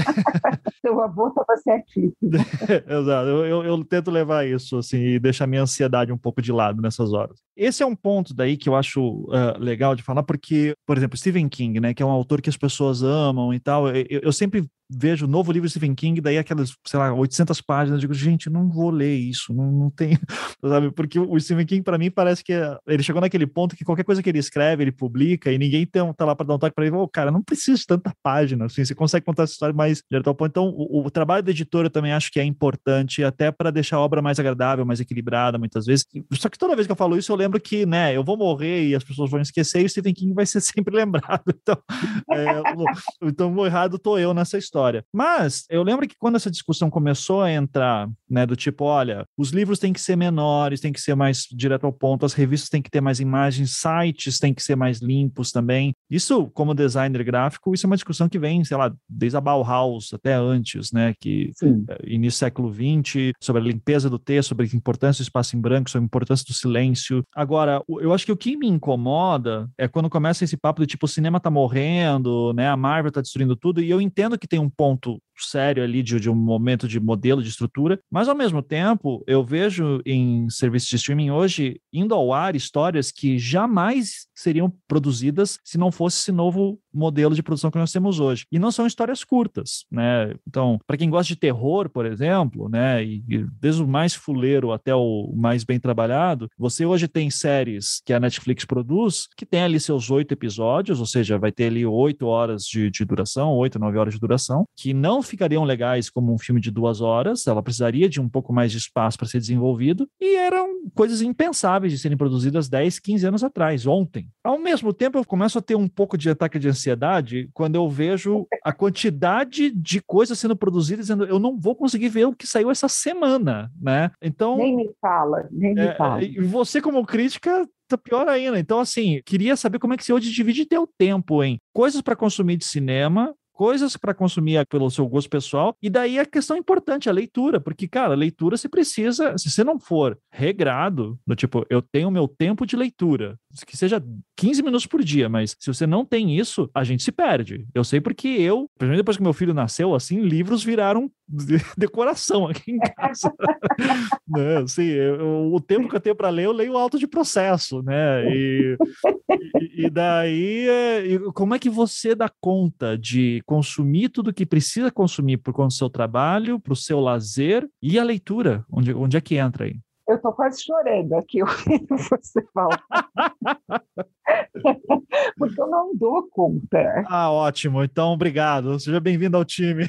Seu avô estava certíssimo. Exato, eu, eu, eu tento levar isso, assim, e deixar minha ansiedade um pouco de lado nessas horas. Esse é um ponto daí que eu acho uh, legal de falar, porque, por exemplo, Stephen King, né, que é um autor que as pessoas amam e tal, eu, eu sempre vejo o novo livro de Stephen King, daí aquelas, sei lá, oitocentas páginas, eu digo, gente, não vou ler isso, não, não tem, sabe, porque o Stephen King, para mim, parece que ele chegou naquele ponto que qualquer coisa que ele escreve, ele publica, e ninguém tem, tá lá para dar um toque para ele, oh, cara, não precisa de tanta página, assim, você consegue contar essa história mais direto ao ponto. Então, o, o trabalho da editora eu também acho que é importante, até para deixar a obra mais agradável, mais equilibrada, muitas vezes. Só que toda vez que eu falo isso, eu lembro que, né, eu vou morrer e as pessoas vão esquecer, e o Stephen King vai ser sempre lembrado. Então, é, então o errado tô eu nessa história. Mas eu lembro que quando essa discussão começou a entrar, né, do tipo, olha, os livros têm que ser menores, têm que ser mais direto ao ponto, as revistas têm que ter mais imagens, sites têm que ser mais limpos também. Isso, como designer gráfico, isso é uma discussão que vem, sei lá, desde a Bauhaus até antes, né, que Sim. início do século vinte, sobre a limpeza do texto, sobre a importância do espaço em branco, sobre a importância do silêncio. Agora, eu acho que o que me incomoda é quando começa esse papo do tipo, o cinema tá morrendo, né, a Marvel tá destruindo tudo, e eu entendo que tem um ponto sério ali de, de um momento de modelo, de estrutura, mas ao mesmo tempo eu vejo em serviços de streaming hoje indo ao ar histórias que jamais seriam produzidas se não fosse esse novo modelo de produção que nós temos hoje. E não são histórias curtas, né? Então, para quem gosta de terror, por exemplo, né, e, e desde o mais fuleiro até o mais bem trabalhado, você hoje tem séries que a Netflix produz que tem ali seus oito episódios, ou seja, vai ter ali oito horas de, de duração, oito, nove horas de duração, que não ficariam legais como um filme de duas horas, ela precisaria de um pouco mais de espaço para ser desenvolvido, e eram coisas impensáveis de serem produzidas dez, quinze anos atrás, ontem. Ao mesmo tempo, eu começo a ter um pouco de ataque de ansiedade quando eu vejo a quantidade de coisas sendo produzidas, dizendo, eu não vou conseguir ver o que saiu essa semana, né? Então... Nem me fala, nem me é, fala. E você, como crítica, tá pior ainda. Então, assim, queria saber como é que você hoje divide teu tempo em coisas para consumir de cinema, coisas para consumir pelo seu gosto pessoal, e daí a questão importante, a leitura, porque, cara, a leitura você precisa, se você não for regrado, do tipo, eu tenho meu tempo de leitura, que seja quinze minutos por dia, mas se você não tem isso, a gente se perde. Eu sei porque eu, principalmente depois que meu filho nasceu, assim, livros viraram decoração aqui em casa. Né? Assim, eu, o tempo que eu tenho para ler, eu leio Auto de Processo, né? E, e, e daí, é, como é que você dá conta de consumir tudo que precisa consumir por conta do seu trabalho, para o seu lazer e a leitura? Onde, onde é que entra aí? Eu estou quase chorando aqui ouvindo você falar. Porque eu não dou conta. Ah, ótimo. Então, obrigado. Seja bem-vindo ao time.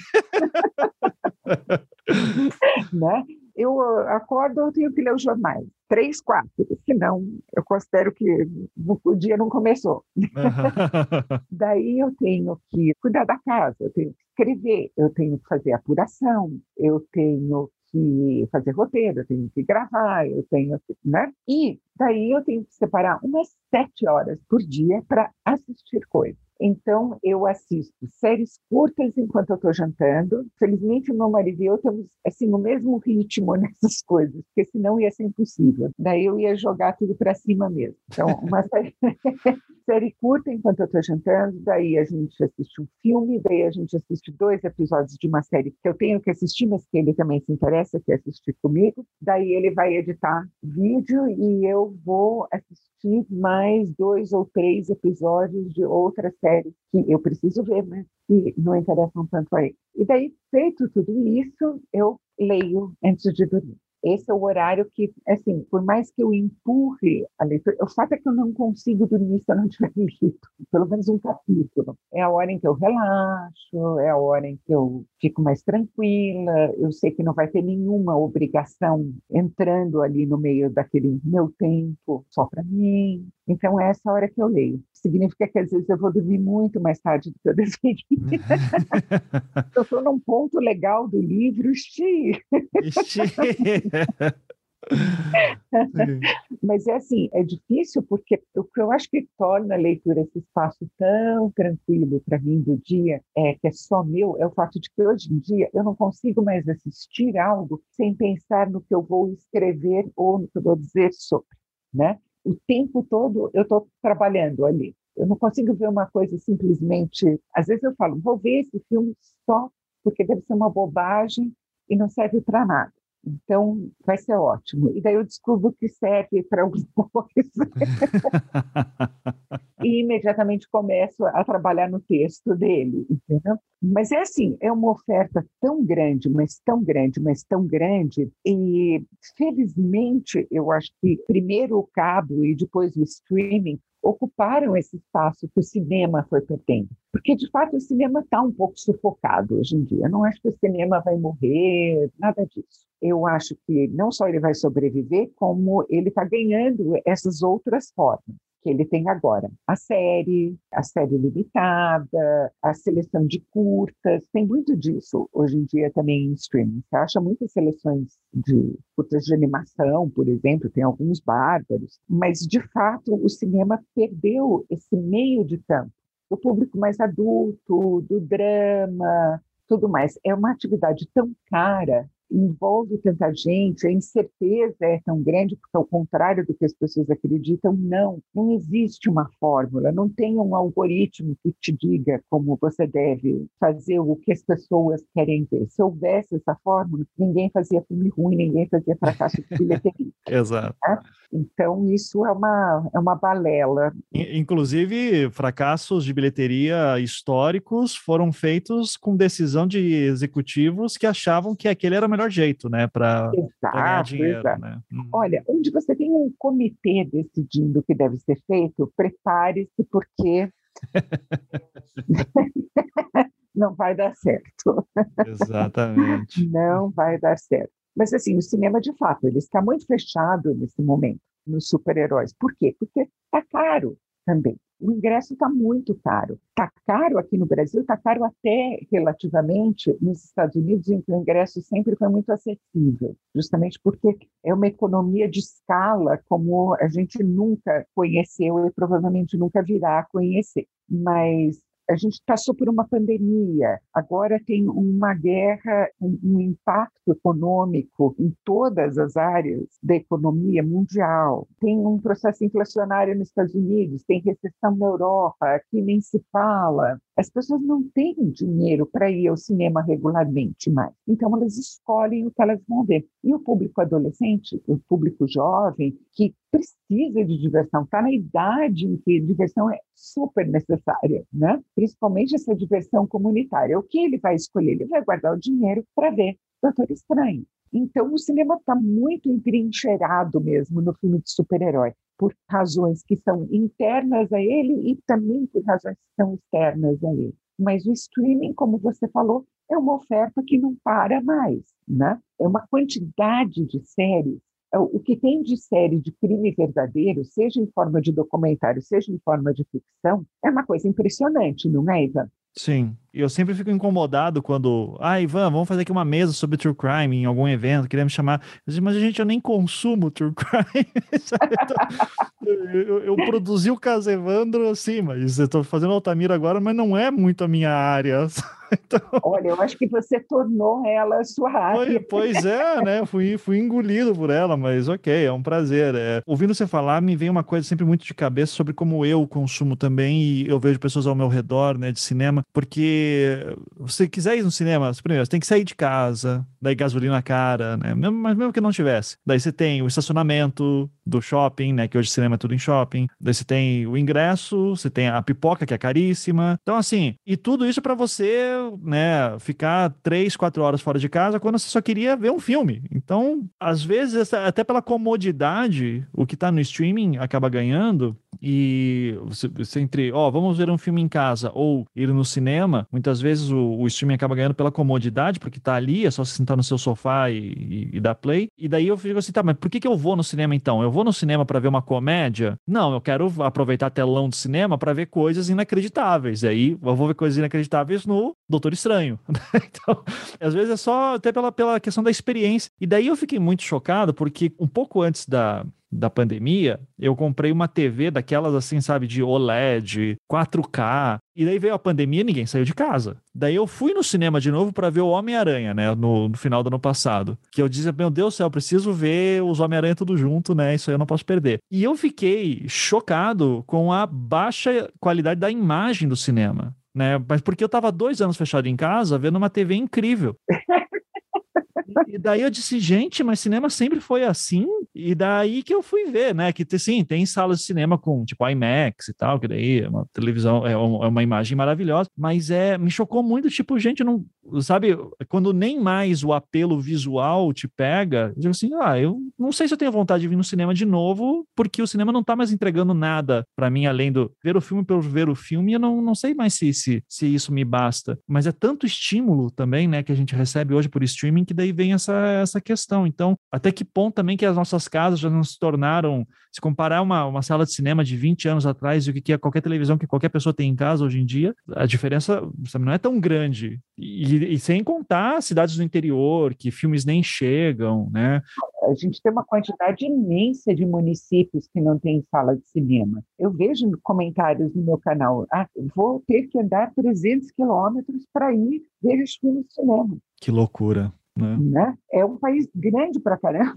Né? Eu acordo, eu tenho que ler os jornais. Três, quatro. Senão, eu considero que o dia não começou. Daí eu tenho que cuidar da casa, eu tenho que escrever, eu tenho que fazer apuração, eu tenho que fazer roteiro, eu tenho que gravar, eu tenho que, né? E daí eu tenho que separar umas sete horas por dia para assistir coisas. Então, eu assisto séries curtas enquanto eu estou jantando. Felizmente, o meu marido e eu temos assim, o mesmo ritmo nessas coisas, porque senão ia ser impossível. Daí eu ia jogar tudo para cima mesmo. Então, uma série... série curta enquanto eu estou jantando, daí a gente assiste um filme, daí a gente assiste dois episódios de uma série que eu tenho que assistir, mas que ele também se interessa, que é assistir comigo. Daí ele vai editar vídeo e eu vou assistir mais dois ou três episódios de outras séries que eu preciso ver, mas que não interessam tanto a ele. E daí, feito tudo isso, eu leio antes de dormir. Esse é o horário que, assim, por mais que eu empurre a leitura, o fato é que eu não consigo dormir se eu não tiver lido, pelo menos um capítulo. É a hora em que eu relaxo, é a hora em que eu fico mais tranquila, eu sei que não vai ter nenhuma obrigação entrando ali no meio daquele meu tempo só para mim. Então, é essa hora que eu leio. Significa que, às vezes, eu vou dormir muito mais tarde do que eu deveria. Eu estou num ponto legal do livro, xiii. Mas é assim, é difícil porque o que eu acho que torna a leitura esse espaço tão tranquilo para mim do dia, é, que é só meu, é o fato de que hoje em dia eu não consigo mais assistir algo sem pensar no que eu vou escrever ou no que eu vou dizer sobre, né? O tempo todo eu estou trabalhando ali. Eu não consigo ver uma coisa simplesmente... Às vezes eu falo, vou ver esse filme só porque deve ser uma bobagem e não serve para nada. Então, vai ser ótimo. E daí eu descubro que serve para alguma coisa. E imediatamente começo a trabalhar no texto dele, entendeu? Mas é assim, é uma oferta tão grande, mas tão grande, mas tão grande, e felizmente eu acho que primeiro o cabo e depois o streaming ocuparam esse espaço que o cinema foi perdendo. Porque, de fato, o cinema está um pouco sufocado hoje em dia. Eu não acho que o cinema vai morrer, nada disso. Eu acho que não só ele vai sobreviver, como ele está ganhando essas outras formas que ele tem agora. A série, a série limitada, a seleção de curtas, tem muito disso hoje em dia também em streaming. Você acha muitas seleções de curtas de animação, por exemplo, tem alguns bárbaros, mas, de fato, o cinema perdeu esse meio de campo. O público mais adulto, do drama, tudo mais. É uma atividade tão cara, envolve tanta gente, a incerteza é tão grande, porque ao contrário do que as pessoas acreditam, não, não existe uma fórmula, não tem um algoritmo que te diga como você deve fazer o que as pessoas querem ver. Se houvesse essa fórmula, ninguém fazia filme ruim, ninguém fazia fracasso de bilheteria. Exato. Né? Então, isso é uma, é uma balela. Inclusive, fracassos de bilheteria históricos foram feitos com decisão de executivos que achavam que aquele era o melhor jeito, né, para ganhar dinheiro. Exato. Né? Uhum. Olha, onde você tem um comitê decidindo o que deve ser feito, prepare-se, porque não vai dar certo. Exatamente. Não vai dar certo. Mas, assim, o cinema, de fato, ele está muito fechado nesse momento, nos super-heróis. Por quê? Porque está caro também. O ingresso está muito caro. Está caro aqui no Brasil, está caro até relativamente nos Estados Unidos, em que o ingresso sempre foi muito acessível, justamente porque é uma economia de escala como a gente nunca conheceu e provavelmente nunca virá a conhecer. Mas a gente passou por uma pandemia, agora tem uma guerra, um, um impacto econômico em todas as áreas da economia mundial. Tem um processo inflacionário nos Estados Unidos, tem recessão na Europa, aqui nem se fala. As pessoas não têm dinheiro para ir ao cinema regularmente mais. Então, elas escolhem o que elas vão ver. E o público adolescente, o público jovem, que precisa de diversão, está na idade em que diversão é super necessária, né? Principalmente essa diversão comunitária. O que ele vai escolher? Ele vai guardar o dinheiro para ver Doutor Estranho. Então, o cinema está muito entrincheirado mesmo no filme de super-herói, por razões que são internas a ele e também por razões que são externas a ele. Mas o streaming, como você falou, é uma oferta que não para mais, né? É uma quantidade de séries. O que tem de série de crime verdadeiro, seja em forma de documentário, seja em forma de ficção, é uma coisa impressionante, não é, Ivan? Sim, eu sempre fico incomodado quando, ah, Ivan, vamos fazer aqui uma mesa sobre true crime em algum evento, queria me chamar. Eu digo, mas, gente, eu nem consumo true crime. eu, eu, eu produzi o Caso Evandro, assim, mas eu tô fazendo Altamira agora, mas não é muito a minha área. Então... Olha, eu acho que você tornou ela a sua área. Pois, pois é, né? Fui, fui engolido por ela, mas ok, é um prazer. É. Ouvindo você falar, me vem uma coisa sempre muito de cabeça sobre como eu consumo também, e eu vejo pessoas ao meu redor, né, de cinema, porque se quiser ir no cinema, primeiro, você tem que sair de casa, daí gasolina cara, né? Mesmo, mas mesmo que não tivesse. Daí você tem o estacionamento do shopping, né? Que hoje cinema é tudo em shopping. Daí você tem o ingresso, você tem a pipoca, que é caríssima. Então, assim, e tudo isso para você, né, ficar três, quatro horas fora de casa quando você só queria ver um filme. Então, às vezes, até pela comodidade, o que tá no streaming acaba ganhando. E você, você entre, ó, vamos ver um filme em casa ou ir no cinema, muitas vezes o, o streaming acaba ganhando pela comodidade, porque tá ali, é só você sentar no seu sofá e, e, e dar play. E daí eu fico assim, tá, mas por que que eu vou no cinema então? Eu vou no cinema para ver uma comédia? Não, eu quero aproveitar telão de cinema para ver coisas inacreditáveis. Aí eu vou ver coisas inacreditáveis no Doutor Estranho. Então, às vezes é só até pela, pela questão da experiência. E daí eu fiquei muito chocado, porque um pouco antes da, da pandemia, eu comprei uma T V daquelas assim, sabe, de O L E D, quatro K, e daí veio a pandemia e ninguém saiu de casa. Daí eu fui no cinema de novo para ver o Homem-Aranha, né, no, no final do ano passado, que eu dizia, meu Deus do céu, eu preciso ver os Homem-Aranha tudo junto, né, isso aí eu não posso perder. E eu fiquei chocado com a baixa qualidade da imagem do cinema, né, mas porque eu tava dois anos fechado em casa, vendo uma T V incrível. E daí eu disse, gente, mas cinema sempre foi assim? E daí que eu fui ver, né? Que sim, tem salas de cinema com tipo IMAX e tal, que daí é uma televisão, é uma imagem maravilhosa, mas é, me chocou muito, tipo, gente, não, sabe, quando nem mais o apelo visual te pega, eu digo assim, ah, eu não sei se eu tenho vontade de vir no cinema de novo, porque o cinema não tá mais entregando nada pra mim, além do ver o filme pelo ver o filme, e eu não, não sei mais se, se, se isso me basta. Mas é tanto estímulo também, né, que a gente recebe hoje por streaming, que daí vem essa, essa questão. Então, até que ponto também que as nossas casas já não se tornaram, se comparar uma, uma sala de cinema de vinte anos atrás e o que é qualquer televisão que qualquer pessoa tem em casa hoje em dia, a diferença, sabe, não é tão grande. E, e sem contar cidades do interior, que filmes nem chegam, né? A gente tem uma quantidade imensa de municípios que não têm sala de cinema. Eu vejo comentários no meu canal, ah, vou ter que andar trezentos quilômetros para ir ver os filmes de cinema. Que loucura. Né? Né? É um país grande pra caramba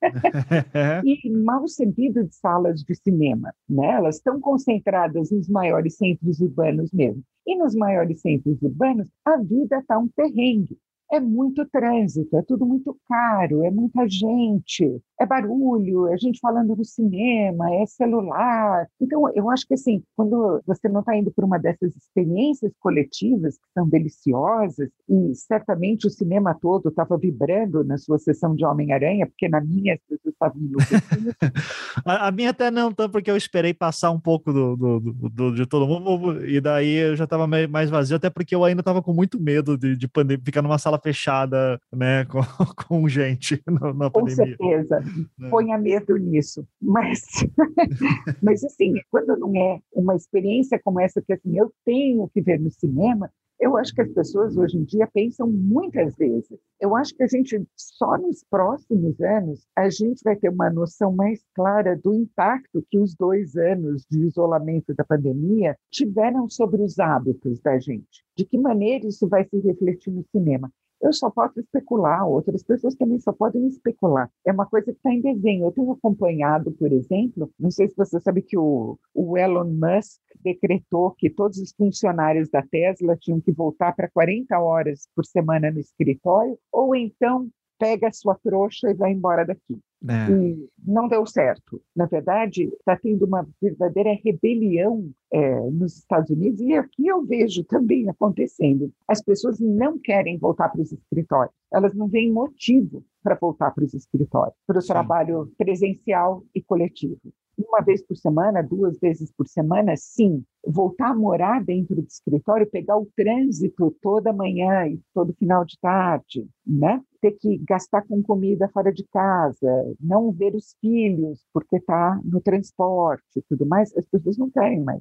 e mau servido de salas de cinema, né? Elas estão concentradas nos maiores centros urbanos mesmo, e nos maiores centros urbanos a vida está um perrengue. É muito trânsito, é tudo muito caro, é muita gente, é barulho, é gente falando no cinema, é celular. Então, eu acho que assim, quando você não está indo por uma dessas experiências coletivas que são deliciosas, e certamente o cinema todo estava vibrando na sua sessão de Homem-Aranha, porque na minha as pessoas estavam enlouquecidas. a, a minha até não, tanto porque eu esperei passar um pouco do, do, do, do de todo mundo, e daí eu já estava mais vazio, até porque eu ainda estava com muito medo de, de pandemia, ficar numa sala fechada, né, com, com gente na, na Com pandemia. certeza, ponha medo nisso, mas, mas assim, quando não é uma experiência como essa que assim, eu tenho que ver no cinema, eu acho que as pessoas hoje em dia pensam muitas vezes. Eu acho que a gente, só nos próximos anos, a gente vai ter uma noção mais clara do impacto que os dois anos de isolamento da pandemia tiveram sobre os hábitos da gente. De que maneira isso vai se refletir no cinema. Eu só posso especular, outras pessoas também só podem especular. É uma coisa que está em desenho. Eu tenho acompanhado, por exemplo, não sei se você sabe que o, o Elon Musk decretou que todos os funcionários da Tesla tinham que voltar para quarenta horas por semana no escritório, ou então pega a sua trouxa e vai embora daqui. É. E não deu certo. Na verdade, está tendo uma verdadeira rebelião é, nos Estados Unidos, e aqui eu vejo também acontecendo. As pessoas não querem voltar para os escritórios, elas não veem motivo para voltar para os escritórios, para o Sim. trabalho presencial e coletivo. Uma vez por semana, duas vezes por semana, sim. Voltar a morar dentro do escritório, pegar o trânsito toda manhã e todo final de tarde, né? Ter que gastar com comida fora de casa, não ver os filhos porque está no transporte e tudo mais, as pessoas não querem mais isso.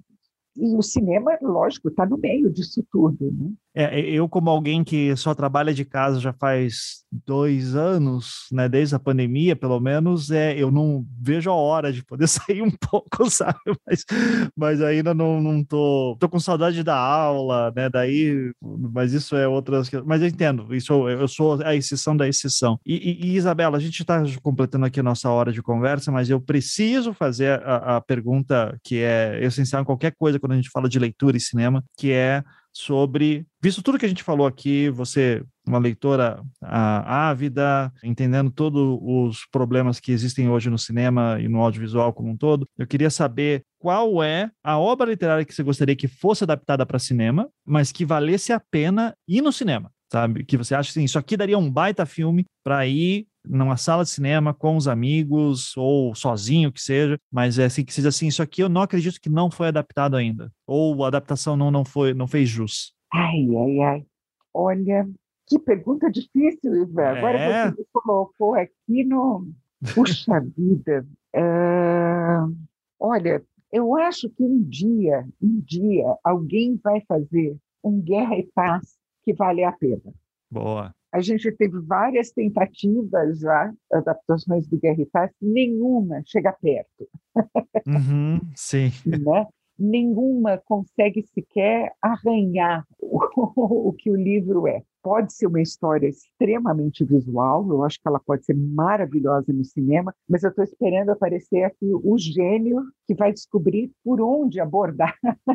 E o cinema, lógico, está no meio disso tudo, né? É, eu, como alguém que só trabalha de casa já faz dois anos, né, desde a pandemia, pelo menos, é, eu não vejo a hora de poder sair um pouco, sabe? Mas, mas ainda não, não tô, tô com saudade da aula, né? Daí, mas isso é outras. Mas eu entendo, isso eu sou a exceção da exceção. E, e, e Isabela, a gente está completando aqui a nossa hora de conversa, mas eu preciso fazer a, a pergunta que é essencial em qualquer coisa quando a gente fala de leitura e cinema, que é sobre, visto tudo que a gente falou aqui, você, uma leitora ah, ávida, entendendo todos os problemas que existem hoje no cinema e no audiovisual como um todo, eu queria saber qual é a obra literária que você gostaria que fosse adaptada para cinema, mas que valesse a pena ir no cinema, sabe? Que você acha assim, isso aqui daria um baita filme para ir numa sala de cinema com os amigos ou sozinho que seja, mas é assim que seja assim, isso aqui eu não acredito que não foi adaptado ainda, ou a adaptação não, não foi, não fez jus. Ai, ai, ai. Olha, que pergunta difícil, Ivan. Agora você É. me colocou aqui no... Puxa vida. Ah, olha, eu acho que um dia, um dia, alguém vai fazer um Guerra e Paz que vale a pena. Boa. A gente teve várias tentativas já, adaptações do Guerra e Paz, nenhuma chega perto. Uhum, sim. Né? Nenhuma consegue sequer arranhar o, o que o livro é. Pode ser uma história extremamente visual, eu acho que ela pode ser maravilhosa no cinema, mas eu estou esperando aparecer aqui o gênio que vai descobrir por onde abordar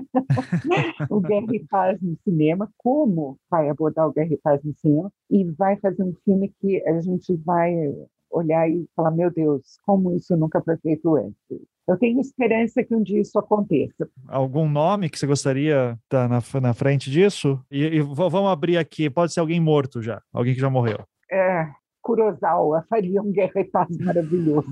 o Guerra e Paz no cinema, como vai abordar o Guerra e Paz no cinema, e vai fazer um filme que a gente vai olhar e falar, meu Deus, como isso nunca foi feito antes. Eu tenho esperança que um dia isso aconteça. Algum nome que você gostaria estar na, na frente disso? E, e vamos abrir aqui, pode ser alguém morto já, alguém que já morreu. É, Kurosawa faria um Guerra e Paz maravilhoso.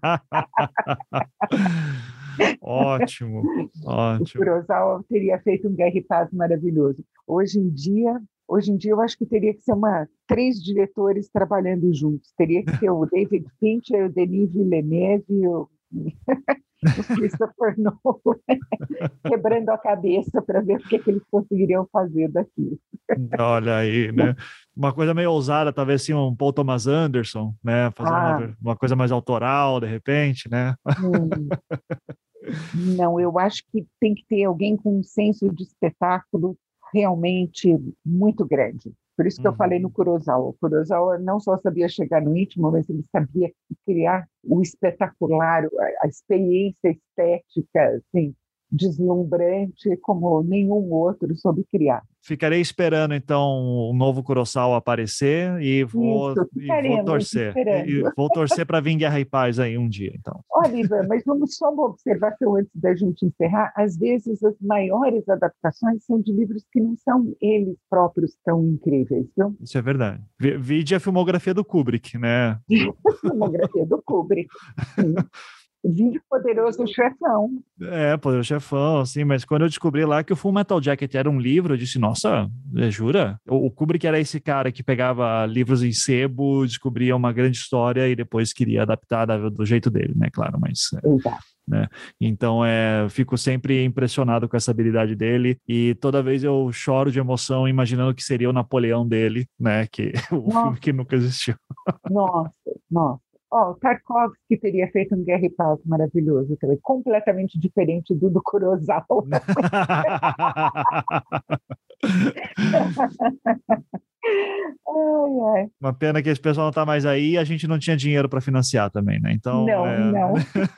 Ótimo, ótimo. O Kurosawa teria feito um Guerra e Paz maravilhoso. Hoje em dia, hoje em dia eu acho que teria que ser uma, três diretores trabalhando juntos. Teria que ser o David Fincher, o Denis Villeneuve e o o Christopher Nolan, quebrando a cabeça para ver o que, que eles conseguiriam fazer daquilo. Olha aí, né? Uma coisa meio ousada, talvez assim, um Paul Thomas Anderson, né? Fazer ah, uma, uma coisa mais autoral, de repente, né? Hum. Não, eu acho que tem que ter alguém com um senso de espetáculo realmente muito grande. Por isso que uhum. eu falei no Kurosawa. O Kurosawa não só sabia chegar no íntimo, mas ele sabia criar o espetacular, a experiência estética, assim, deslumbrante como nenhum outro soube criar. Ficarei esperando, então, o novo Kurosawa aparecer e vou, Isso, e vou torcer. E, e vou torcer para vir Guerra e Paz aí um dia, então. Olha, Ivan, mas vamos só uma observação antes da gente encerrar. Às vezes, as maiores adaptações são de livros que não são eles próprios tão incríveis, viu? Isso é verdade. Vide a filmografia do Kubrick, né? A filmografia do Kubrick, sim. Vive Poderoso Chefão. É, Poderoso Chefão, assim, mas quando eu descobri lá que o Full Metal Jacket era um livro, eu disse, nossa, jura? O, o Kubrick era esse cara que pegava livros em sebo, descobria uma grande história e depois queria adaptar do, do jeito dele, né, claro, mas... Exato. Né? Então, é, fico sempre impressionado com essa habilidade dele e toda vez eu choro de emoção imaginando que seria o Napoleão dele, né? Que o nossa. Filme que nunca existiu. Nossa, nossa. Ó, oh, Tarkovsky teria feito um Guerra e Paz maravilhoso também, completamente diferente do do Kurosawa. Ai, ai. Uma pena que esse pessoal não está mais aí e a gente não tinha dinheiro para financiar também, né? Então, não, é... não.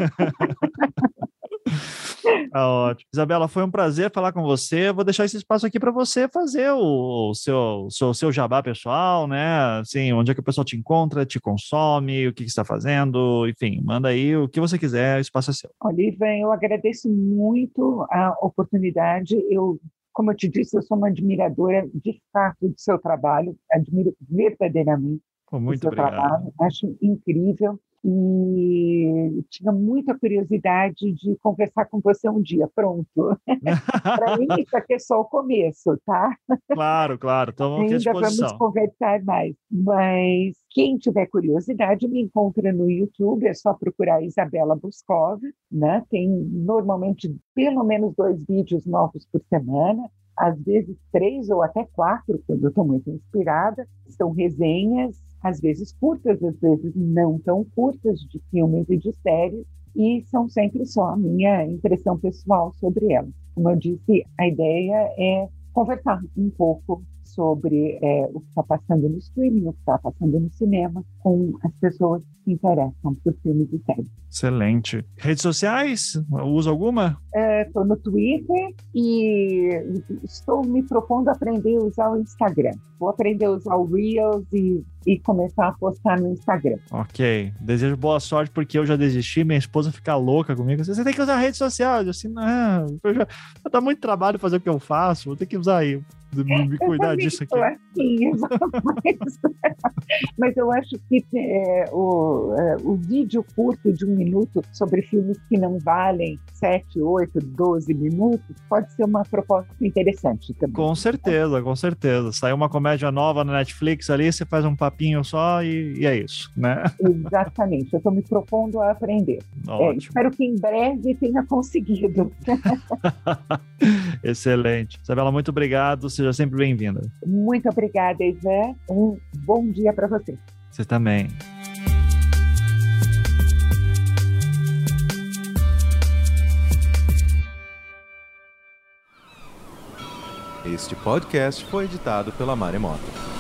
Ah, ótimo. Isabela, foi um prazer falar com você. Vou deixar esse espaço aqui para você fazer o, o seu, seu, seu jabá pessoal, né? Assim, onde é que o pessoal te encontra, te consome, o que, que você está fazendo, enfim, manda aí o que você quiser, o espaço é seu. Olha, Ivan, eu agradeço muito a oportunidade. Eu, como eu te disse, eu sou uma admiradora de fato do seu trabalho, admiro verdadeiramente oh, muito o seu obrigado. trabalho, acho incrível. e tinha muita curiosidade de conversar com você um dia. Pronto. Para mim, isso aqui é só o começo, tá? Claro, claro. Estamos aqui à Ainda disposição. vamos conversar mais. Mas quem tiver curiosidade, me encontra no YouTube, é só procurar Isabela Boscov, né? Tem normalmente pelo menos dois vídeos novos por semana, às vezes três ou até quatro, quando eu estou muito inspirada. São resenhas, às vezes curtas, às vezes não tão curtas, de filmes e de séries, e são sempre só a minha impressão pessoal sobre elas. Como eu disse, a ideia é conversar um pouco sobre é, o que está passando no streaming, o que está passando no cinema, com as pessoas que se interessam por filmes e séries. Excelente. Redes sociais? Usa alguma? Estou é, no Twitter e estou me propondo aprender a usar o Instagram. Vou aprender a usar o Reels e, e começar a postar no Instagram. Ok. Desejo boa sorte, porque eu já desisti, minha esposa fica louca comigo. Você tem que usar a rede social. Eu assim, não, eu já, dá muito trabalho fazer o que eu faço, vou ter que usar aí. Me, me cuidar disso aqui. Assim, mas, mas eu acho que é, o, é, o vídeo curto de um minuto sobre filmes que não valem sete, oito, doze minutos pode ser uma proposta interessante também. Com certeza, com certeza. Saiu uma comédia nova na Netflix ali, você faz um papinho só e, e é isso, né? Exatamente, eu estou me propondo a aprender. É, espero que em breve tenha conseguido. Excelente. Isabela, muito obrigado. Seja sempre bem-vinda. Muito obrigada, Ivan. Um bom dia para você. Você também. Este podcast foi editado pela Maremoto.